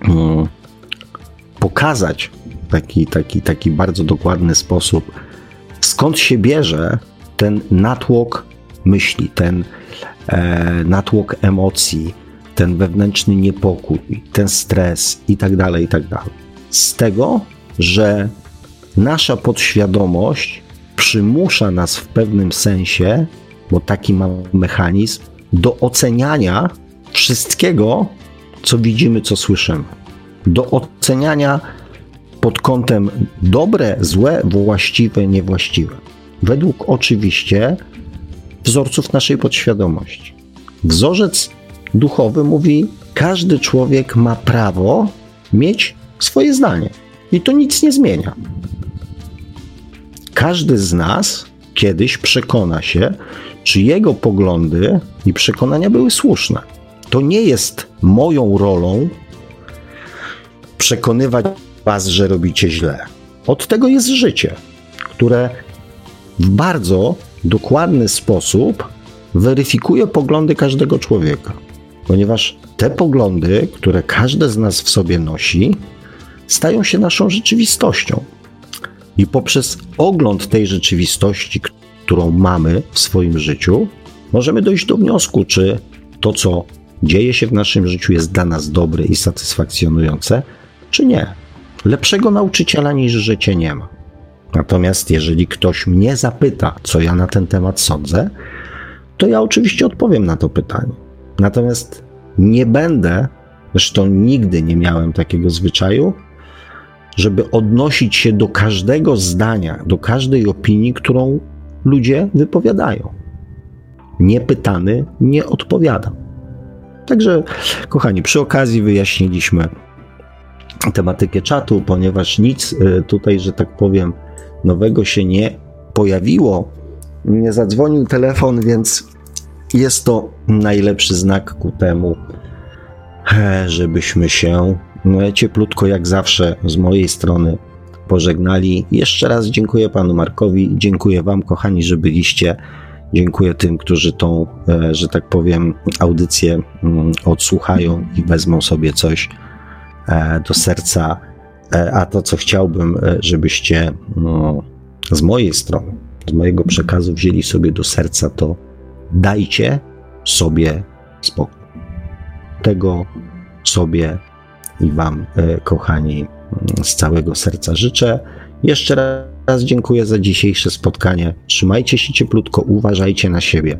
pokazać w taki, taki, taki bardzo dokładny sposób, skąd się bierze ten natłok myśli, ten e, natłok emocji, ten wewnętrzny niepokój, ten stres i tak dalej, i tak dalej. Z tego, że nasza podświadomość przymusza nas w pewnym sensie, bo taki ma mechanizm, do oceniania wszystkiego, co widzimy, co słyszymy. Do oceniania pod kątem dobre, złe, właściwe, niewłaściwe. Według oczywiście wzorców naszej podświadomości. Wzorzec duchowy mówi, każdy człowiek ma prawo mieć swoje zdanie. I to nic nie zmienia. Każdy z nas kiedyś przekona się, czy jego poglądy i przekonania były słuszne. To nie jest moją rolą przekonywać was, że robicie źle. Od tego jest życie, które w bardzo dokładny sposób weryfikuje poglądy każdego człowieka. Ponieważ te poglądy, które każdy z nas w sobie nosi, stają się naszą rzeczywistością. I poprzez ogląd tej rzeczywistości, którą mamy w swoim życiu, możemy dojść do wniosku, czy to, co dzieje się w naszym życiu, jest dla nas dobre i satysfakcjonujące, czy nie. Lepszego nauczyciela niż życie nie ma. Natomiast jeżeli ktoś mnie zapyta, co ja na ten temat sądzę, to ja oczywiście odpowiem na to pytanie. Natomiast nie będę, zresztą nigdy nie miałem takiego zwyczaju, żeby odnosić się do każdego zdania, do każdej opinii, którą ludzie wypowiadają. Niepytany nie odpowiadam. Także, kochani, przy okazji wyjaśniliśmy tematykę czatu, ponieważ nic tutaj, że tak powiem, nowego się nie pojawiło. Nie zadzwonił telefon, więc jest to najlepszy znak ku temu, żebyśmy się cieplutko, jak zawsze, z mojej strony pożegnali. Jeszcze raz dziękuję panu Markowi, dziękuję wam, kochani, że byliście. Dziękuję tym, którzy tą, że tak powiem, audycję odsłuchają i wezmą sobie coś do serca. A to, co chciałbym, żebyście z mojej strony, z mojego przekazu wzięli sobie do serca, to dajcie sobie spokój. Tego sobie i wam, kochani, z całego serca życzę. Jeszcze raz dziękuję za dzisiejsze spotkanie. Trzymajcie się cieplutko, uważajcie na siebie.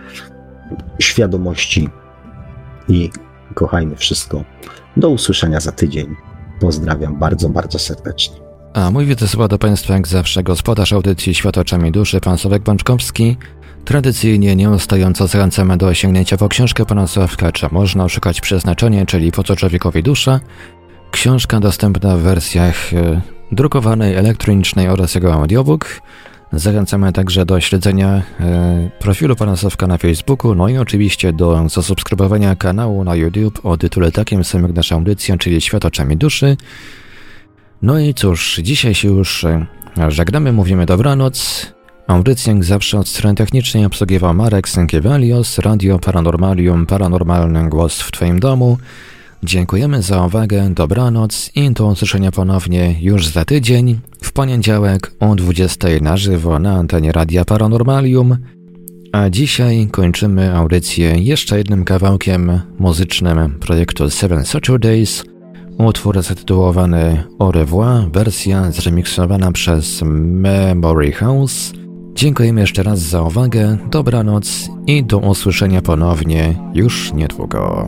Świadomości i kochajmy wszystko. Do usłyszenia za tydzień. Pozdrawiam bardzo, bardzo serdecznie. A mój widzę słowa do Państwa jak zawsze gospodarz audycji Świat oczami duszy, pan Sławek Bączkowski. Tradycyjnie nieustająco zachęcamy do osiągnięcia po książkę pana Sławka, czy można oszukać przeznaczenie, czyli po co człowiekowi dusza. Książka dostępna w wersjach e, drukowanej, elektronicznej oraz jego audiobook. Zachęcamy także do śledzenia e, profilu pana Sławka na Facebooku, no i oczywiście do zasubskrybowania kanału na YouTube o tytule takim samym jak nasza audycja, czyli Świat oczami duszy. No i cóż, dzisiaj się już e, żegnamy, mówimy dobranoc. Audycję jak zawsze od strony technicznej obsługiwał Marek Sękiewalios, Radio Paranormalium, paranormalny głos w Twoim domu. Dziękujemy za uwagę, dobranoc i do usłyszenia ponownie już za tydzień, w poniedziałek o dwudziestej na żywo na antenie Radia Paranormalium. A dzisiaj kończymy audycję jeszcze jednym kawałkiem muzycznym projektu Seven Saturdays. Utwór zatytułowany Au revoir, wersja zremiksowana przez Memory House. Dziękujemy jeszcze raz za uwagę, dobranoc i do usłyszenia ponownie już niedługo.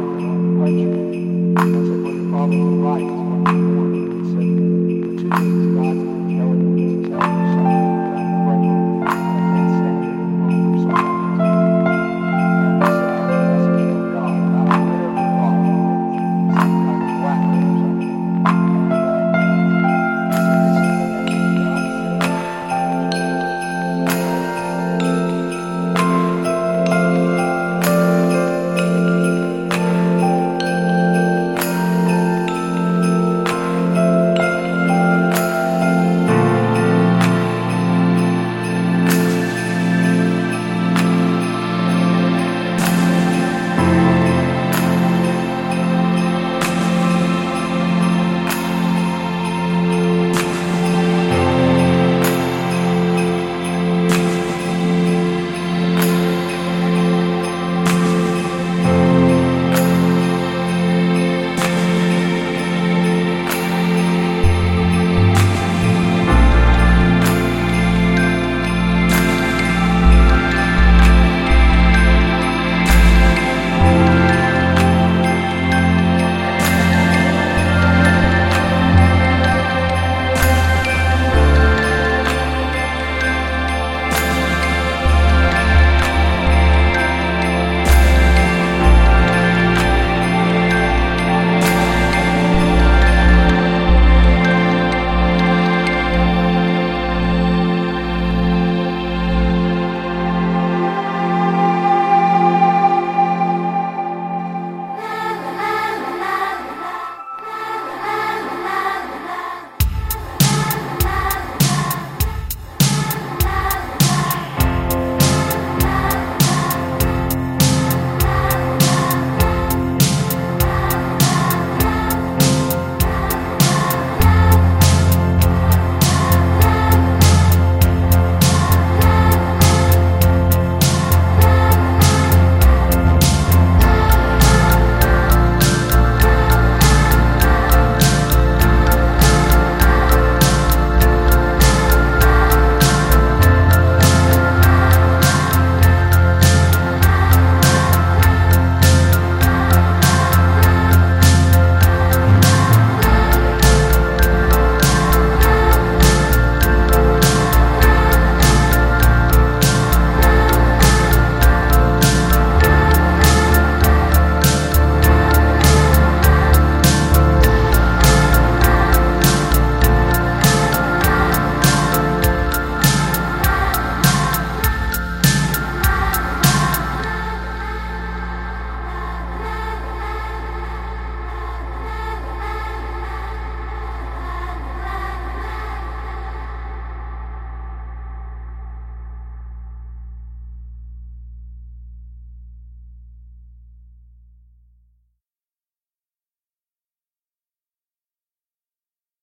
Thank you.